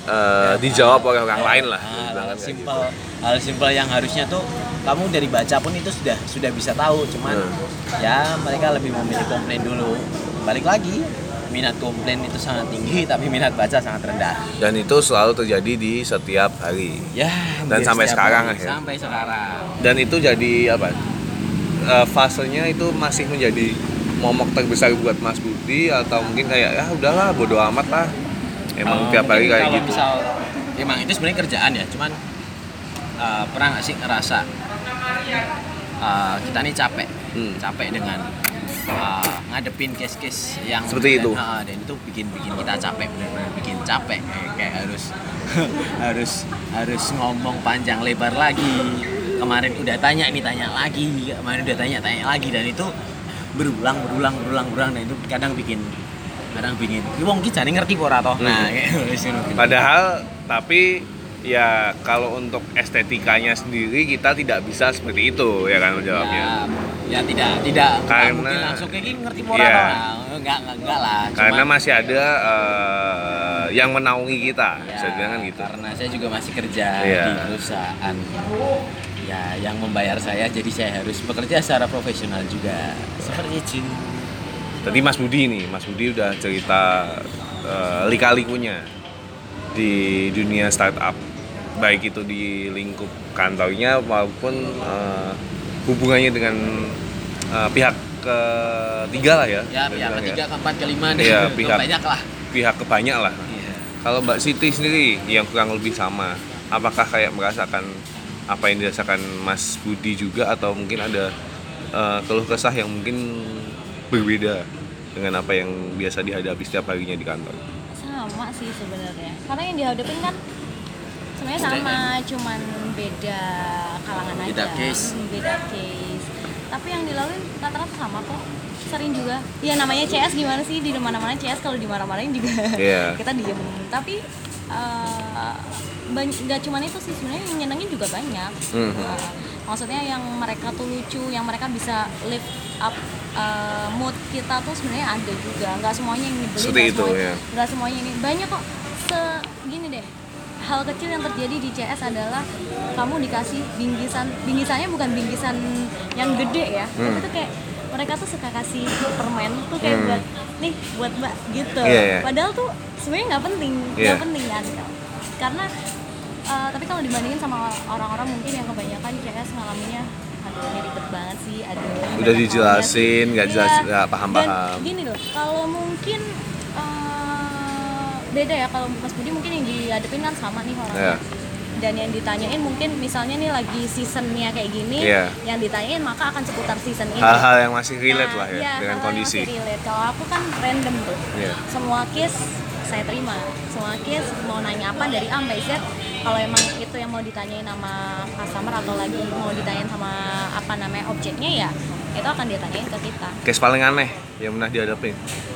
uh, dijawab oleh orang lain lah. Hal simpel, hal simpel yang harusnya tuh kamu dari baca pun itu sudah sudah bisa tahu, cuman hmm. ya mereka lebih memilih komplain dulu. Balik lagi, minat komplain itu sangat tinggi tapi minat baca sangat rendah. Dan itu selalu terjadi di setiap hari. Ya, dan sampai sekarang hari, ya. Sampai sekarang. Dan itu jadi apa? Uh, fasenya itu masih menjadi momok terbesar buat Mas Budi, atau mungkin kayak ya udahlah bodo amat lah. Emang uh, tiap hari kayak gitu. Misal, emang itu sebenarnya kerjaan ya, cuman uh, pernah nggak sih ngerasa uh, kita nih capek, hmm. capek dengan Uh, ngadepin case-case yang seperti itu, uh, dan itu bikin bikin kita capek, benar-benar bikin capek, kayak, kayak harus harus harus ngomong panjang lebar lagi. Kemarin udah tanya nih tanya lagi, kemarin udah tanya tanya lagi, dan itu berulang berulang berulang berulang dan itu kadang bikin kadang bikin wong ki jane ngerti ora toh. Nah, hmm. Padahal tapi ya kalau untuk estetikanya sendiri kita tidak bisa seperti itu, ya kan jawabnya. Ya, ya tidak tidak karena mungkin langsung kayak gini ngerti ora ya. Nah, enggak, enggak enggak lah. Karena cuman, masih ada uh, yang menaungi kita, ya, bisa bilang kan gitu. Karena saya juga masih kerja ya. di perusahaan ya yang membayar saya, jadi saya harus bekerja secara profesional juga. Seperti itu. Tadi Mas Budi nih, Mas Budi udah cerita uh, lika-likunya di dunia startup, baik itu di lingkup kantornya maupun uh, hubungannya dengan uh, pihak ketiga lah ya. Ya pihak ketiga, ya. Keempat, kelima deh. Ya, pihak banyak lah. Pihak kebanyak lah. Ya. Kalau Mbak Siti sendiri yang kurang lebih sama, apakah kayak merasakan apa yang dirasakan Mas Budi juga, atau mungkin ada uh, keluh kesah yang mungkin berbeda dengan apa yang biasa dihadapi setiap harinya di kantor? Sama sih sebenarnya, karena yang dihadapin kan sebenarnya sama, cuman beda kalangan aja, beda case. beda case. Tapi yang dilalui rata-rata sama kok, sering juga. Ya namanya C S gimana sih, di mana-mana C S kalau dimarah-marahin juga yeah. kita diem. Tapi uh, nggak cuman itu sih sebenarnya, yang nyenengin juga banyak. Mm-hmm. Uh, maksudnya yang mereka tuh lucu, yang mereka bisa lift up uh, mood kita tuh sebenarnya ada juga. Nggak semuanya yang nyebelin, seperti nggak itu, semuanya, ya. nggak semuanya ini banyak kok. Segini deh, hal kecil yang terjadi di C S adalah kamu dikasih bingkisan, bingkisannya bukan bingkisan yang gede ya, hmm. tapi itu kayak mereka tuh suka kasih permen tuh kayak Hmm. buat nih buat mbak gitu. Iya, iya. Padahal tuh sebenarnya nggak penting, nggak Iya. penting kan. Karena uh, tapi kalau dibandingin sama orang-orang mungkin yang kebanyakan C S ngalaminnya, aduh ini ribet banget sih, aduh. ini Udah banyak dijelasin, maunya nggak sih. jelas, Iya. nggak paham-paham. Dan gini loh, kalau mungkin uh, beda ya kalau Mas Budi mungkin yang dihadapin kan sama nih orangnya. Iya. Dan yang ditanyain mungkin misalnya nih lagi seasonnya kayak gini, Iya. yang ditanyain maka akan seputar season ini. Hal-hal yang masih relate Nah, lah ya iya, dengan hal-hal kondisi. yang masih relate. Kalau aku kan random tuh. Iya. Semua case saya terima. Semua case mau nanya apa dari A sampai Z. Kalau emang itu yang mau ditanyain sama customer atau lagi mau ditanyain sama apa namanya objeknya ya, itu akan ditanyain ke kita. Case paling aneh yang pernah dihadapin.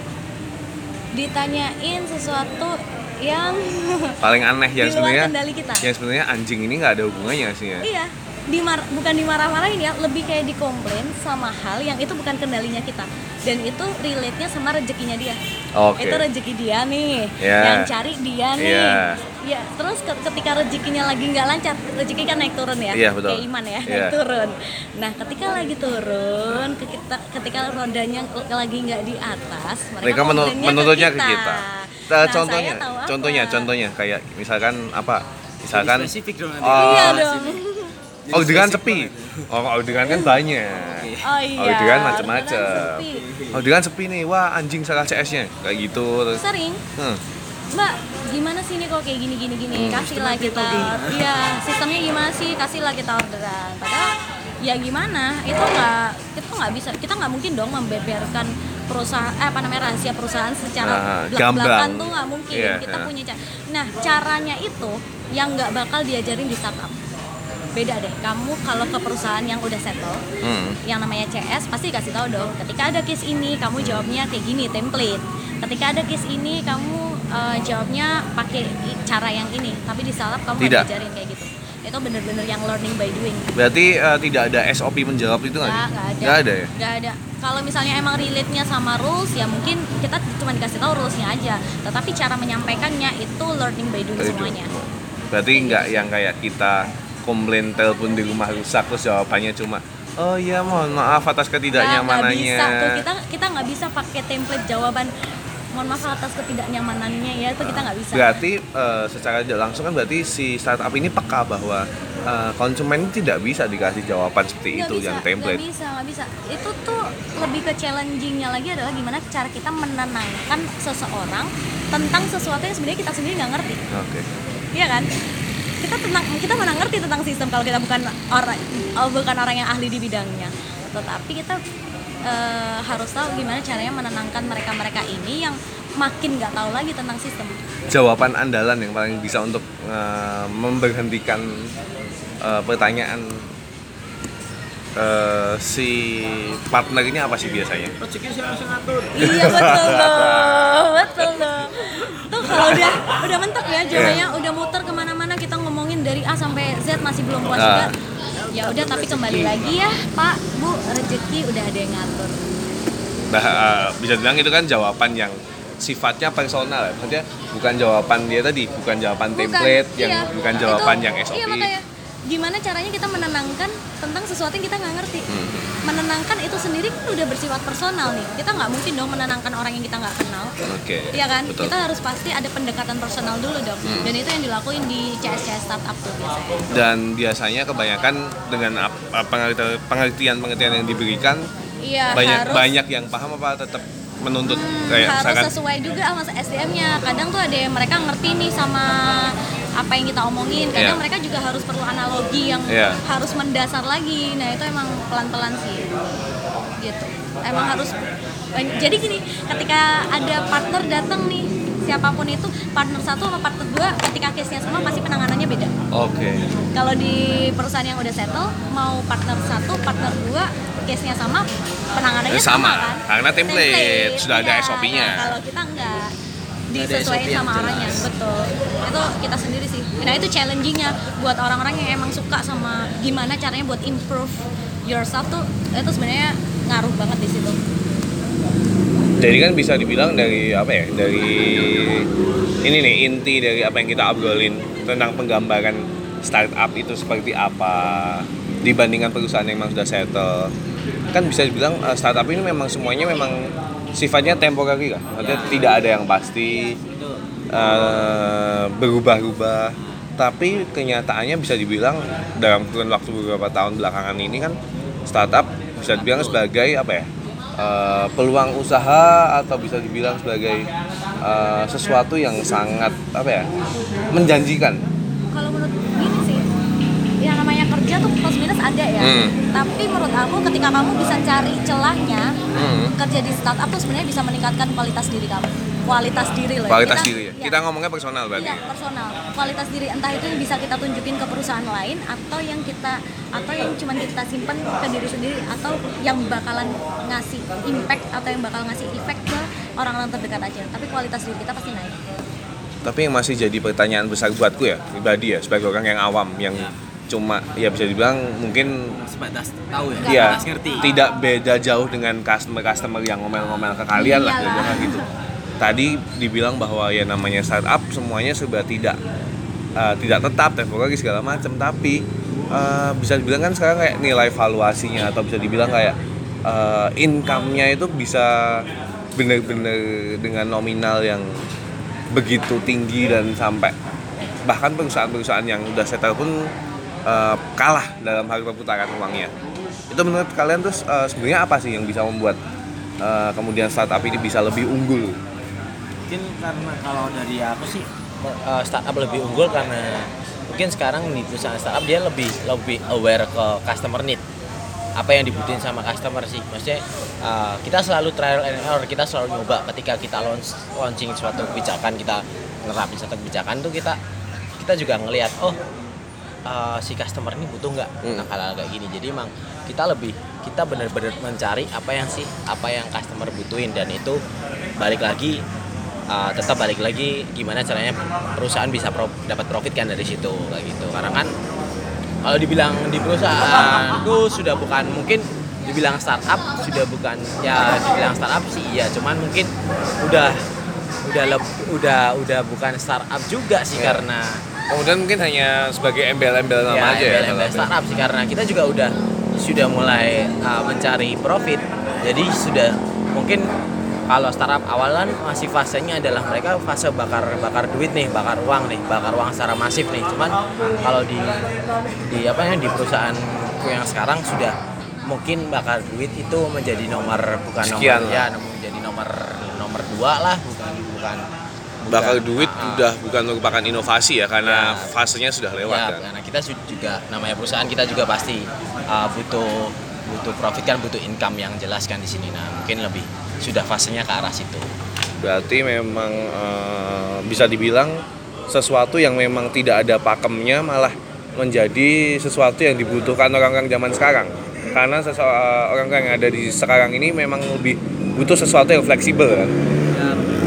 Ditanyain sesuatu yang Paling aneh yang di luar sebenarnya kendali kita. yang sebenarnya anjing ini nggak ada hubungannya sih ya. Iya, dimar bukan dimarah-marahin ya, lebih kayak dikomplain sama hal yang itu bukan kendalinya kita. Dan itu relate-nya sama rezekinya dia. Oke. Itu rezeki dia nih, Iya. yang cari dia nih. Iya. Ya, terus ke- ketika rezekinya lagi nggak lancar, rezeki kan naik turun ya, Iya, betul. kayak iman ya, Iya. naik turun. Nah, ketika lagi turun, ke kita, ketika rodanya lagi nggak di atas, mereka, Mereka menu- komplainnya menuntutnya ke kita. Nah, Nah, saya contohnya, tahu apa? contohnya, contohnya kayak misalkan apa? Misalkan spesifik dong nanti. Oh, Iya dong. oh dengan sepi. Oh, dengan kan banyak. Oh iya. Oh, dengan macam-macam. Orderan sepi. Oh, dengan sepi nih. Wah, anjing salah C S-nya. Kayak gitu terus. Sering. Hmm. Mbak, gimana sih ini kok kayak gini gini gini? Hmm. Kasihlah kita. Iya, sistemnya gimana sih? Kasihlah kita orderan. Padahal ya gimana? Itu nggak kita nggak bisa. Kita nggak mungkin dong membeberkan perusahaan eh, apa namanya rahasia perusahaan secara Nah, belak-belakan gamblang. tuh nggak mungkin. Iya, kita iya. punya cara. Nah, caranya itu yang nggak bakal diajarin di startup. Beda deh. Kamu kalau ke perusahaan yang udah settle, Hmm. yang namanya C S pasti kasih tahu dong. Ketika ada case ini, kamu jawabnya kayak gini, template. Ketika ada case ini, kamu uh, jawabnya pakai i- cara yang ini. Tapi di startup kamu Tidak. nggak diajarin kayak gitu. Itu bener-bener yang learning by doing. Berarti eh, tidak ada S O P menjawab itu nggak? Nggak, sih? nggak ada. Nggak ada ya? Nggak ada. Kalau misalnya emang relate-nya sama rules, ya mungkin kita cuma dikasih tahu rules-nya aja. Tetapi cara menyampaikannya itu learning by doing Itu. semuanya. Berarti nggak yang kayak kita komplain telepon di rumah rusak terus jawabannya cuma oh iya mohon maaf atas Nggak- ketidaknyamanannya. nggak bisa tuh, kita kita nggak bisa pakai template jawaban mohon maaf atas ketidaknyamanannya ya, itu kita nggak bisa. Berarti eh, secara tidak langsung kan berarti si startup ini peka bahwa eh, konsumen tidak bisa dikasih jawaban seperti Nggak itu bisa, yang template. nggak bisa nggak bisa itu tuh lebih ke challengingnya lagi adalah gimana cara kita menenangkan seseorang tentang sesuatu yang sebenarnya kita sendiri nggak ngerti. Oke. Iya kan, kita tenang kita mana ngerti tentang sistem kalau kita bukan orang oh, bukan orang yang ahli di bidangnya, tetapi kita eh, harus tahu gimana caranya menenangkan mereka-mereka ini yang makin nggak tahu lagi tentang sistem. Jawaban andalan yang paling bisa untuk eh, memberhentikan eh, pertanyaan eh, si partner ini apa sih biasanya? Rezeki saya langsung ngatur. Iya betul loh, betul loh. Tuh kalau udah udah mentok ya jawabannya, Iya. udah muter kemana-mana kita ngomongin dari A sampai Z masih belum puas Ah. juga. Ya udah tapi kembali lagi ya Pak, Bu, rezeki udah ada yang ngatur. Bah, eh, bisa bilang itu kan jawaban yang sifatnya personal ya. Maksudnya bukan jawaban dia tadi, bukan jawaban Bukan, template, yang iya. bukan jawaban Itu- yang S O P. Iya makanya gimana caranya kita menenangkan tentang sesuatu yang kita nggak ngerti. Hmm. Menenangkan itu sendiri kan udah bersifat personal nih. Kita nggak mungkin dong menenangkan orang yang kita nggak kenal. Oke. Iya kan? Betul. Kita harus pasti ada pendekatan personal dulu dong. Hmm. Dan itu yang dilakuin di C S C S startup tuh biasanya. Dan biasanya kebanyakan dengan ap- ap- pengertian- pengertian-pengertian yang diberikan Iya, banyak harus banyak yang paham apa tetap menuntut Hmm, kayak harus misalkan sesuai juga sama S D M-nya. Kadang tuh ada yang mereka ngerti nih sama apa yang kita omongin. Kadang Iya. mereka juga harus perlu analogi yang Iya. harus mendasar lagi. Nah itu emang pelan-pelan sih. Gitu. Emang harus. Jadi gini, ketika ada partner datang nih, siapapun itu partner satu sama partner dua, ketika case-nya sama pasti penanganannya beda. oke. Kalau di perusahaan yang udah settle, mau partner satu, partner dua, case-nya sama, penanganannya Eh, sama, sama. kan? Karena template, sudah ada iya. S O P-nya. Nah, kalau kita enggak Nggak ada disesuaikan S O P yang sama orangnya, jelas. betul. Itu kita sendiri sih. Nah itu challenging-nya buat orang-orang yang emang suka sama gimana caranya buat improve yourself tuh, itu sebenarnya ngaruh banget di situ. Jadi kan bisa dibilang dari apa ya? Dari ini nih inti dari apa yang kita obrolin tentang penggambaran startup itu seperti apa. dibandingkan perusahaan yang memang sudah settle. Kan bisa dibilang uh, startup ini memang semuanya memang sifatnya temporary kan, artinya ya. Tidak ada yang pasti, uh, berubah-ubah. Tapi kenyataannya bisa dibilang dalam kurun waktu beberapa tahun belakangan ini kan startup bisa dibilang sebagai apa ya, uh, peluang usaha atau bisa dibilang sebagai uh, sesuatu yang sangat apa ya, menjanjikan. Kalau menurut gini sih, yang namanya kerja tuh plus minus ada ya. Hmm. Tapi menurut aku ketika kamu bisa cari celahnya, hmm. kerja di startup tuh sebenarnya bisa meningkatkan kualitas diri kamu. Kualitas diri loh. Kualitas kita, diri ya. ya. Kita ngomongnya personal berarti. Iya, personal. Kualitas diri entah itu yang bisa kita tunjukin ke perusahaan lain atau yang kita atau yang cuma kita simpen ke diri sendiri atau yang bakalan ngasih impact atau yang bakal ngasih efek ke orang-orang terdekat aja. Tapi kualitas diri kita pasti naik. Tapi yang masih jadi pertanyaan besar buatku ya, pribadi ya, sebagai orang yang awam yang ya. Cuma ya bisa dibilang mungkin sebatas tahu ya, ya ngerti. Tidak beda jauh dengan customer-customer yang ngomel-ngomel ke kalian lah gitu. Tadi dibilang bahwa ya namanya startup semuanya serba tidak uh, tidak tetap, temporary segala macam, tapi uh, bisa dibilang kan sekarang kayak nilai valuasinya atau bisa dibilang kayak uh, income-nya itu bisa benar-benar dengan nominal yang begitu tinggi dan sampai bahkan perusahaan-perusahaan yang udah settle pun uh, kalah dalam hal perputaran uangnya. Itu menurut kalian terus uh, sebenarnya apa sih yang bisa membuat uh, kemudian startup ini bisa lebih unggul? Mungkin karena kalau dari aku sih uh, startup lebih unggul karena mungkin sekarang nih perusahaan startup dia lebih lebih aware ke customer need, apa yang dibutuhin sama customer sih. Maksudnya uh, kita selalu trial and error, kita selalu nyoba ketika kita launch launching suatu kebijakan, kita nerapin suatu kebijakan tuh kita kita juga ngelihat oh uh, si customer ini butuh nggak hmm. nah, hal-hal kayak gini. Jadi emang kita lebih kita benar-benar mencari apa yang sih apa yang customer butuhin, dan itu balik lagi uh, tetap balik lagi gimana caranya perusahaan bisa pro, dapat profit kan dari situ kayak gitu. Karena kan kalau dibilang di perusahaan itu sudah bukan, mungkin dibilang startup sudah bukan, ya dibilang startup sih iya, cuman mungkin udah udah leb, udah udah bukan startup juga sih yeah. Karena kemudian mungkin hanya sebagai embel-embel nama ya, aja ya. Embel-embel startup sih, karena kita juga udah sudah mulai uh, mencari profit. Jadi sudah mungkin kalau startup awalan masih fasenya adalah mereka fase bakar bakar duit nih, bakar uang nih, bakar uang secara masif nih. Cuman kalau di di apa ya di perusahaanku yang sekarang sudah mungkin bakar duit itu menjadi nomor bukan Sekian nomor ya menjadi nomor nomor dua lah, bukan bukan bakar duit uh, udah bukan merupakan inovasi ya, karena ya, fasenya sudah lewat ya, kan. Karena kita juga namanya perusahaan kita juga pasti uh, butuh butuh profit kan, butuh income yang jelas kan di sini. Nah mungkin lebih sudah fasenya ke arah situ. Berarti memang uh, bisa dibilang sesuatu yang memang tidak ada pakemnya malah menjadi sesuatu yang dibutuhkan orang-orang zaman sekarang. Karena sesuatu, orang-orang yang ada di sekarang ini memang lebih butuh sesuatu yang fleksibel kan. Ya,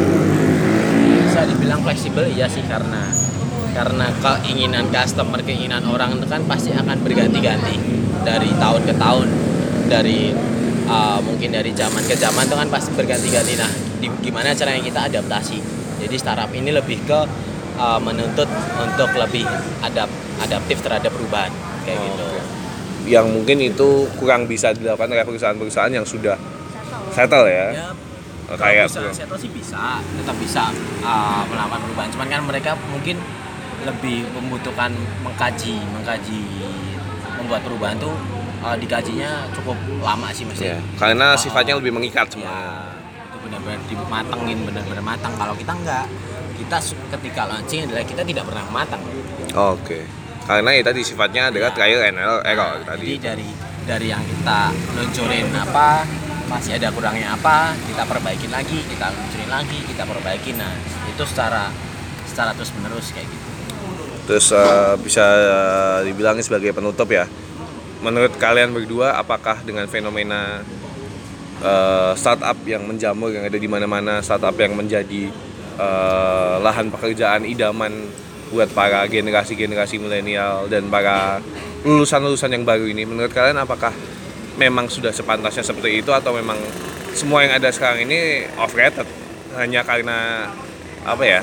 bisa dibilang fleksibel iya sih, karena karena keinginan customer, keinginan orang itu kan pasti akan berganti-ganti dari tahun ke tahun, dari uh, mungkin dari zaman ke zaman itu kan pasti berganti-ganti. Nah, di, gimana caranya kita adaptasi? Jadi startup ini lebih ke uh, menuntut untuk lebih adap, adaptif terhadap perubahan kayak oh, gitu. Okay. Yang mungkin itu kurang bisa dilakukan oleh perusahaan-perusahaan yang sudah settle ya. Ya kayak perusahaan settle sih bisa, tetap bisa uh, melakukan perubahan. Cuman kan mereka mungkin lebih membutuhkan mengkaji, mengkaji membuat perubahan tuh uh, dikajinya cukup lama sih mesti. Ya, karena sifatnya lebih mengikat semua. Ya, itu benar-benar dimatengin, benar-benar matang. Kalau kita enggak, kita ketika launching adalah kita tidak pernah matang. Oke. Okay. Karena ya tadi sifatnya adalah ya, trial and error ya, tadi. Jadi dari dari yang kita luncurin apa, masih ada kurangnya apa, kita perbaikin lagi, kita luncurin lagi, kita perbaikin. Nah, itu secara secara terus menerus kayak gitu. Terus uh, bisa uh, dibilang sebagai penutup ya. Menurut kalian berdua, apakah dengan fenomena uh, startup yang menjamur yang ada di mana-mana, startup yang menjadi uh, lahan pekerjaan idaman buat para generasi-generasi milenial dan para lulusan-lulusan yang baru ini, menurut kalian apakah memang sudah sepantasnya seperti itu, atau memang semua yang ada sekarang ini overrated hanya karena apa ya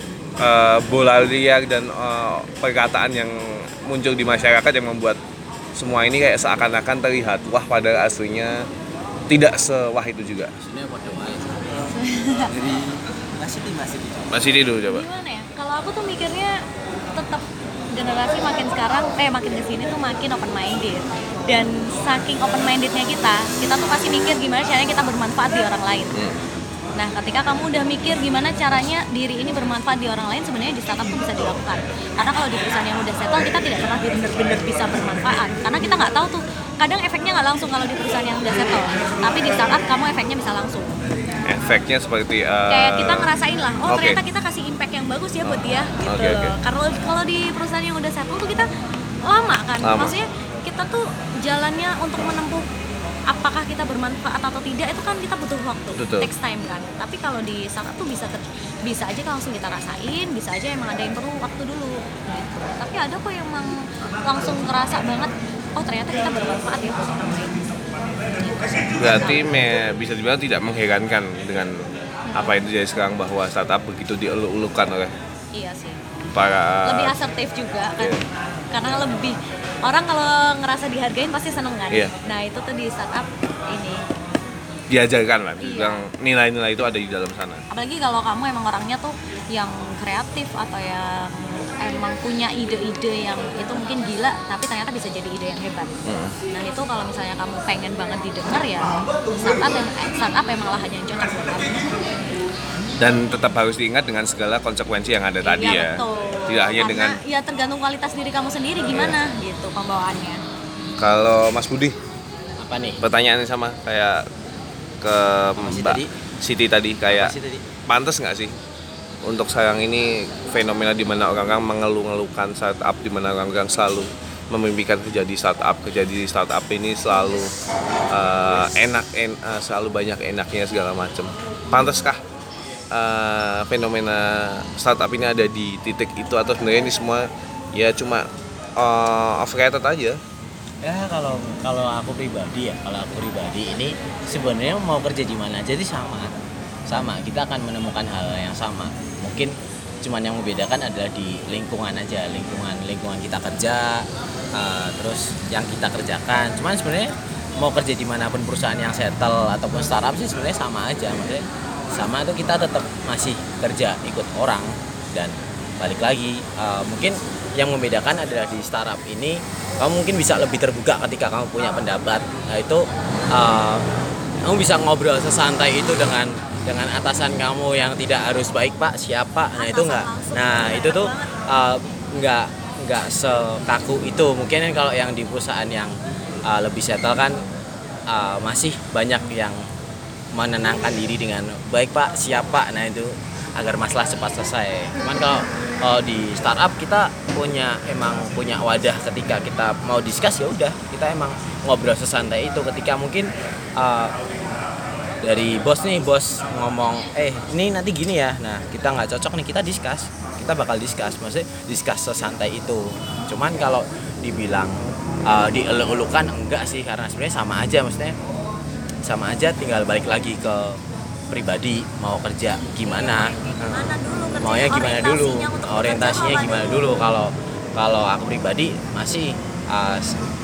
uh, bola liar dan uh, perkataan yang muncul di masyarakat yang membuat semua ini kayak seakan-akan terlihat wah padahal aslinya tidak sewah itu juga. Sebenarnya pada wae. Dari masih di masih di. Masih di dulu coba. Gimana ya? Kalau aku tuh mikirnya tetap generasi makin sekarang, eh makin kesini tuh makin open minded. Dan saking open mindednya kita, kita tuh pasti mikir gimana caranya kita bermanfaat di orang lain. Hmm. Nah, ketika kamu udah mikir gimana caranya diri ini bermanfaat di orang lain, sebenarnya di startup tuh bisa dilakukan. Karena kalau di perusahaan yang udah settle, kita tidak pernah benar-benar bisa bermanfaat. Karena kita nggak tahu tuh, kadang efeknya nggak langsung kalau di perusahaan yang udah settle. Tapi di startup kamu efeknya bisa langsung. Efeknya seperti uh... Kayak kita ngerasain lah, oh okay. ternyata kita kasih impact yang bagus ya buat dia, gitu. Okay, okay. Karena kalau di perusahaan yang udah settle tuh kita lama kan, lama. maksudnya kita tuh jalannya untuk menempuh apakah kita bermanfaat atau tidak itu kan kita butuh waktu, Betul. next time kan. Tapi kalau di startup tuh bisa ter, bisa aja langsung kita rasain, bisa aja emang ada yang perlu waktu dulu. Gitu. Tapi ada kok yang emang langsung ngerasa banget, oh ternyata kita bermanfaat ya buat orang lain. Berarti me, bisa dibilang tidak mengherankan dengan apa yang terjadi sekarang bahwa startup begitu dieluk-elukan oleh Iya sih. para Lebih asertif juga kan, Iya. karena lebih orang kalau ngerasa dihargain pasti seneng kan. Iya. Nah itu tuh di startup ini. diajarkan lah, Iya. bilang nilai-nilai itu ada di dalam sana. Apalagi kalau kamu emang orangnya tuh yang kreatif atau yang emang punya ide-ide yang itu mungkin gila tapi ternyata bisa jadi ide yang hebat. Hmm. Nah itu kalau misalnya kamu pengen banget didengar ya startup yang startup emang lah hanya yang cocok buat kamu. Dan tetap harus diingat dengan segala konsekuensi yang ada tadi Iya, ya. betul. Tidak hanya Karena dengan ya tergantung kualitas diri kamu sendiri gimana gitu pembawaannya. kalau Mas Budi Apa nih? pertanyaannya sama kayak ke Si Mbak tadi? Siti tadi kayak Apa sih tadi? pantas nggak sih untuk sekarang ini fenomena di mana orang-orang mengeluh-ngeluhkan startup, di mana orang-orang selalu memimpikan kerja di startup, kerja di startup ini selalu uh, enak, en, uh, selalu banyak enaknya segala macam. Pantaskah uh, fenomena startup ini ada di titik itu atau sebenarnya ini semua ya cuma uh, overrated aja? Ya kalau kalau aku pribadi ya, kalau aku pribadi ini sebenarnya mau kerja di mana aja sih sama. Sama, kita akan menemukan hal yang sama. Mungkin cuman yang membedakan adalah di lingkungan aja, lingkungan lingkungan kita kerja, uh, terus yang kita kerjakan. Cuman sebenarnya mau kerja dimanapun perusahaan yang settle ataupun startup sih sebenarnya sama aja. Maksudnya sama itu kita tetap masih kerja ikut orang dan balik lagi. Uh, mungkin yang membedakan adalah di startup ini kamu mungkin bisa lebih terbuka ketika kamu punya pendapat. Nah itu uh, kamu bisa ngobrol sesantai itu dengan dengan atasan kamu yang tidak harus baik pak siapa. Nah itu enggak. Nah itu tuh uh, enggak enggak sekaku itu. Mungkin kan kalau yang di perusahaan yang uh, lebih settle kan uh, masih banyak yang menenangkan diri dengan baik pak siapa. Nah itu agar masalah cepat selesai. Cuman kalau uh, di startup kita punya emang punya wadah ketika kita mau discuss ya udah kita emang ngobrol sesantai itu ketika mungkin uh, dari bos nih bos ngomong eh ini nanti gini ya, nah kita nggak cocok nih kita discuss, kita bakal discuss, maksudnya discuss sesantai itu. Cuman kalau dibilang uh, dieluk-elukan enggak sih, karena sebenarnya sama aja, maksudnya sama aja, tinggal balik lagi ke pribadi mau kerja gimana, Gimana dulu kerja, maunya gimana dulu, orientasinya untuk orientasinya kerja gimana dulu. Kalau kalau aku pribadi masih uh,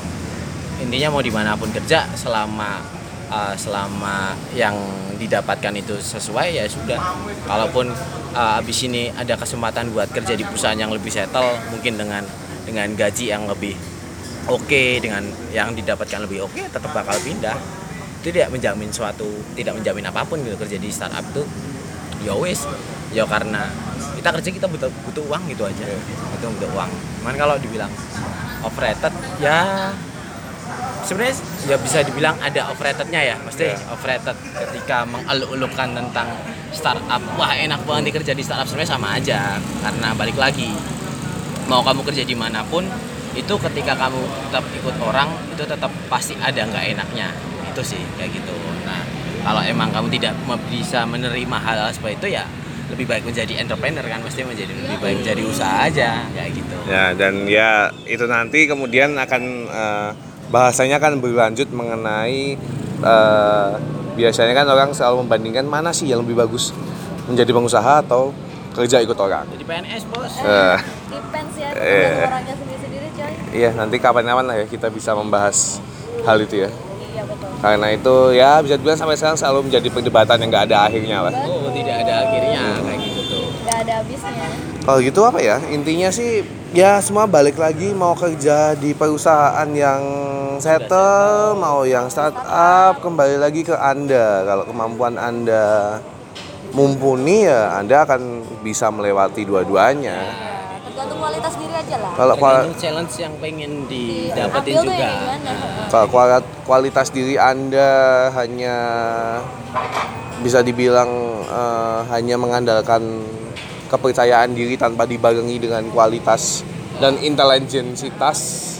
intinya mau dimanapun kerja selama Uh, selama yang didapatkan itu sesuai ya sudah. Kalaupun uh, abis ini ada kesempatan buat kerja di perusahaan yang lebih settle, mungkin dengan dengan gaji yang lebih oke, okay, dengan yang didapatkan lebih oke, okay, tetap bakal pindah. Itu tidak menjamin suatu, tidak menjamin apapun gitu kerja di startup itu. Ya wis, ya karena kita kerja kita butuh butuh uang gitu aja, butuh butuh uang. Cuman kalau dibilang overrated ya sebenarnya ya bisa dibilang ada overratednya ya, mesti yeah. Overrated ketika mengeluk-elukan tentang startup, wah enak banget kerja di startup, sebenarnya sama aja, karena balik lagi mau kamu kerja dimanapun itu ketika kamu tetap ikut orang itu tetap pasti ada nggak enaknya, itu sih kayak gitu. Nah kalau emang kamu tidak bisa menerima hal-hal seperti itu ya lebih baik menjadi entrepreneur kan, mesti menjadi lebih baik menjadi usaha aja kayak gitu ya. Dan ya itu nanti kemudian akan uh, bahasanya kan berlanjut mengenai uh, biasanya kan orang selalu membandingkan mana sih yang lebih bagus, menjadi pengusaha atau kerja ikut orang. jadi P N S bos. Uh, Depends ya, Eh. orangnya sendiri-sendiri coy. iya nanti kapan-kapan lah ya kita bisa membahas hal itu ya. Iya betul. Karena itu ya bisa dibilang sampai sekarang selalu menjadi perdebatan yang nggak ada akhirnya lah. Oh, tidak ada akhirnya kayak gitu tuh. Nggak ada habisnya. Kalau gitu apa ya? Intinya sih ya semua balik lagi mau kerja di perusahaan yang settle, mau yang startup, kembali lagi ke Anda. Kalau kemampuan Anda mumpuni ya Anda akan bisa melewati dua-duanya. Ya, tergantung kualitas diri aja lah. Kalau kual- Tergantung challenge yang pengen didapetin Ambil tuh juga. yang gimana. kalau kual- kualitas diri Anda hanya bisa dibilang eh, hanya mengandalkan kepercayaan diri tanpa dibarengi dengan kualitas dan intelijensitas,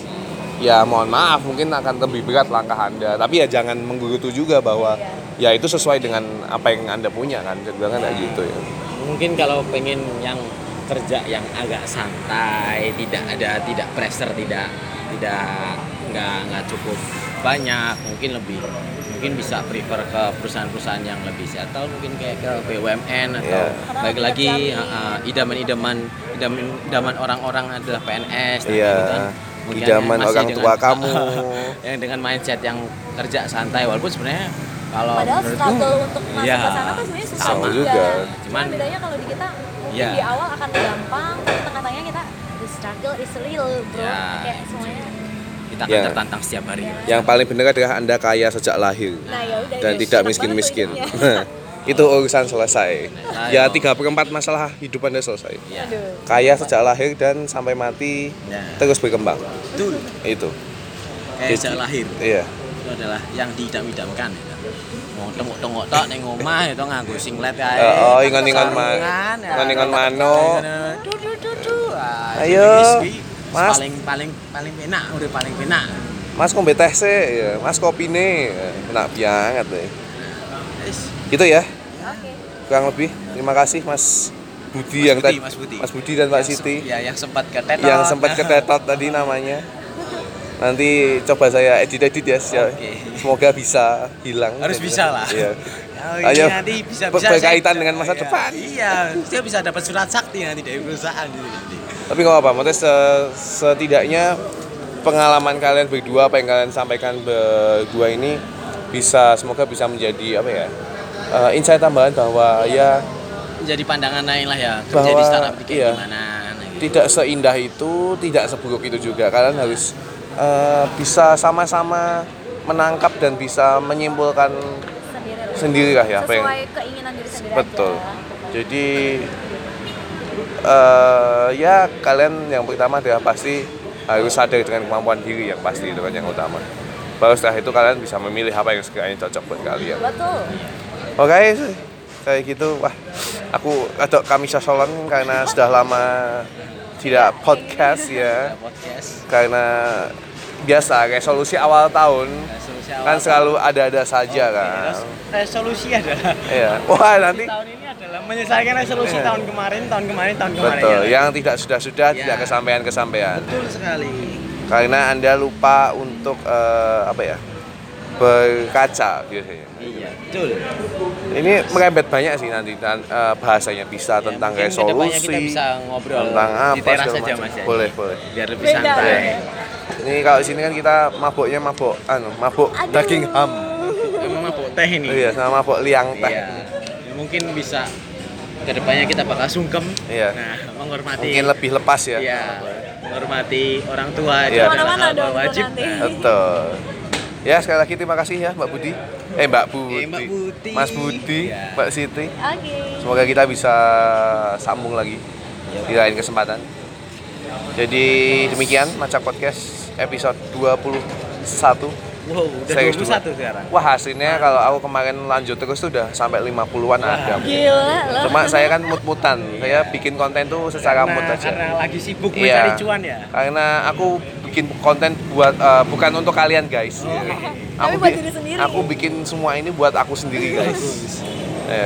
ya mohon maaf mungkin akan lebih berat langkah Anda. Tapi ya jangan menggerutu juga bahwa ya itu sesuai dengan apa yang Anda punya kan. Jadi kan kayak gitu ya. Mungkin kalau pengen yang kerja yang agak santai, tidak ada tidak pressure, tidak tidak nggak nggak cukup banyak, mungkin lebih mungkin bisa prefer ke perusahaan-perusahaan yang lebih settle, mungkin kayak ke B U M N atau Yeah. bagi lagi uh, uh, idaman-idaman idaman idaman orang-orang adalah P N S nah, Iya. kayak gitu kan. Mungkin Idaman yang masih orang tua kamu. yang dengan mindset yang kerja santai, walaupun sebenarnya kalau Padahal menurutku, struggle untuk masuk iya, ke sana tuh sebenarnya susah sama juga. juga. Cuman Cuman- bedanya kalau di kita mungkin Iya. di awal akan gampang, tapi tengah-tengahnya kita the struggle is real, bro. Iya. Kayak semuanya. kita akan Ya. tertantang setiap hari. Yang paling benar adalah Anda kaya sejak lahir Nah, ya udah. dan ya, tidak seneng miskin-miskin. banget tuh hidupnya. Itu urusan selesai. Nah, Ya yo. tiga perempat masalah hidup Anda selesai. Ya. Aduh. Kaya sejak lahir dan sampai mati Ya. terus berkembang. Betul. Itu. Kayak sejak lahir. Iya. Itu adalah yang diidam-idamkan. Ya. Mau tengok-tengok tok ning omah itu nganggo singlet kae. Eh, oh, ingon-ingon ma- Sarungan, ya. ingon-ingon mano. Du-du-du-du. Ah, Ayo, jenis kuwi Mas. paling paling paling penak, udah paling penak. Mas kombe teh sih, ya. Mas kopine, enak banget deh. Wis. Gitu ya, Oke. kurang lebih. Terima kasih Mas Budi yang Budi, tadi, Mas Budi. Mas Budi dan Mbak Yang se- Siti, Ya, yang sempat ketetot. yang sempat ketetot tadi namanya. Nanti coba saya edit-edit ya, ya. Oke. Semoga bisa hilang. Harus bisa lah. Iya. Oh, ini Ayo, nanti bisa ber- bisa berkaitan saya- dengan masa ya, depan. Iya, dia bisa dapat surat sakti nanti dari perusahaan gitu nanti. Tapi nggak apa-apa, maksudnya se- setidaknya pengalaman kalian berdua, apa yang kalian sampaikan berdua ini bisa, semoga bisa menjadi apa ya, uh, insight tambahan bahwa ya Jadi pandangan lain lah ya, kerja Bahwa, di startup kayak iya. gimana nah, gitu. tidak seindah itu, tidak seburuk itu juga. Kalian harus uh, bisa sama-sama menangkap dan bisa menyimpulkan Sendiri. sendiri lah ya apa yang Sesuai keinginan diri sendiri betul. aja. Jadi uh, ya kalian yang pertama adalah pasti harus sadar dengan kemampuan diri yang pasti itu kan yang utama. Baru setelah itu kalian bisa memilih apa yang sekiranya cocok buat kalian. Betul. Oke, kayak gitu. Wah, aku atau kami sasolan karena sudah lama tidak podcast ya. Podcast. Karena biasa resolusi awal tahun Resolusi kan awal selalu ada-ada saja Oke, kan. terus resolusi adalah Iya. Wah, nanti tahun ini adalah menyelesaikan resolusi Iya. tahun kemarin, tahun kemarin, tahun kemarin. betul, ya. yang tidak sudah-sudah Ya. tidak kesampaian-kesampaian. Betul sekali. Karena Anda lupa untuk eh, apa ya? Berkaca biasanya. Iya, betul. Ini merembet banyak sih nanti dan eh, bahasanya bisa Ya, tentang mungkin kedepannya resolusi, kita bisa ngobrol tentang apa di teras segala aja macam. Mas ya. Boleh, boleh. Biar lebih Beda, santai. beda. Ini kalau di sini kan kita mabuknya mabuk anu, mabuk Aduh. daging ham. Emang mabuk teh ini. Oh iya, sama mabuk liang teh. Iya. Ya, mungkin bisa kedepannya kita bakal sungkem. Iya. Nah, menghormati. Mungkin lebih lepas ya. Iya. Menghormati orang tua Iya. itu adalah Kemana-mana hal dong itu wajib. nanti. Nah, Betul. Ya, sekali lagi terima kasih ya Mbak Budi. Eh Mbak Budi. Eh, Mbak Budi. Mas Budi, Iya. Mbak Siti. Oke. Semoga kita bisa sambung lagi di lain kesempatan. Jadi demikian Macak Podcast episode dua puluh satu. Wow, udah Series dua puluh satu sekarang. Wah, hasilnya kalau aku kemarin lanjut terus tuh udah sampai lima puluhan ada. Gila loh. Cuma saya kan mut-mutan. Saya bikin konten tuh secara Karena, mood aja. karena lagi sibuk Iya. mencari cuan ya. Karena aku bikin konten buat eh, bukan untuk kalian guys. Tapi Aku buat bi- diri sendiri. Aku bikin semua ini buat aku sendiri guys.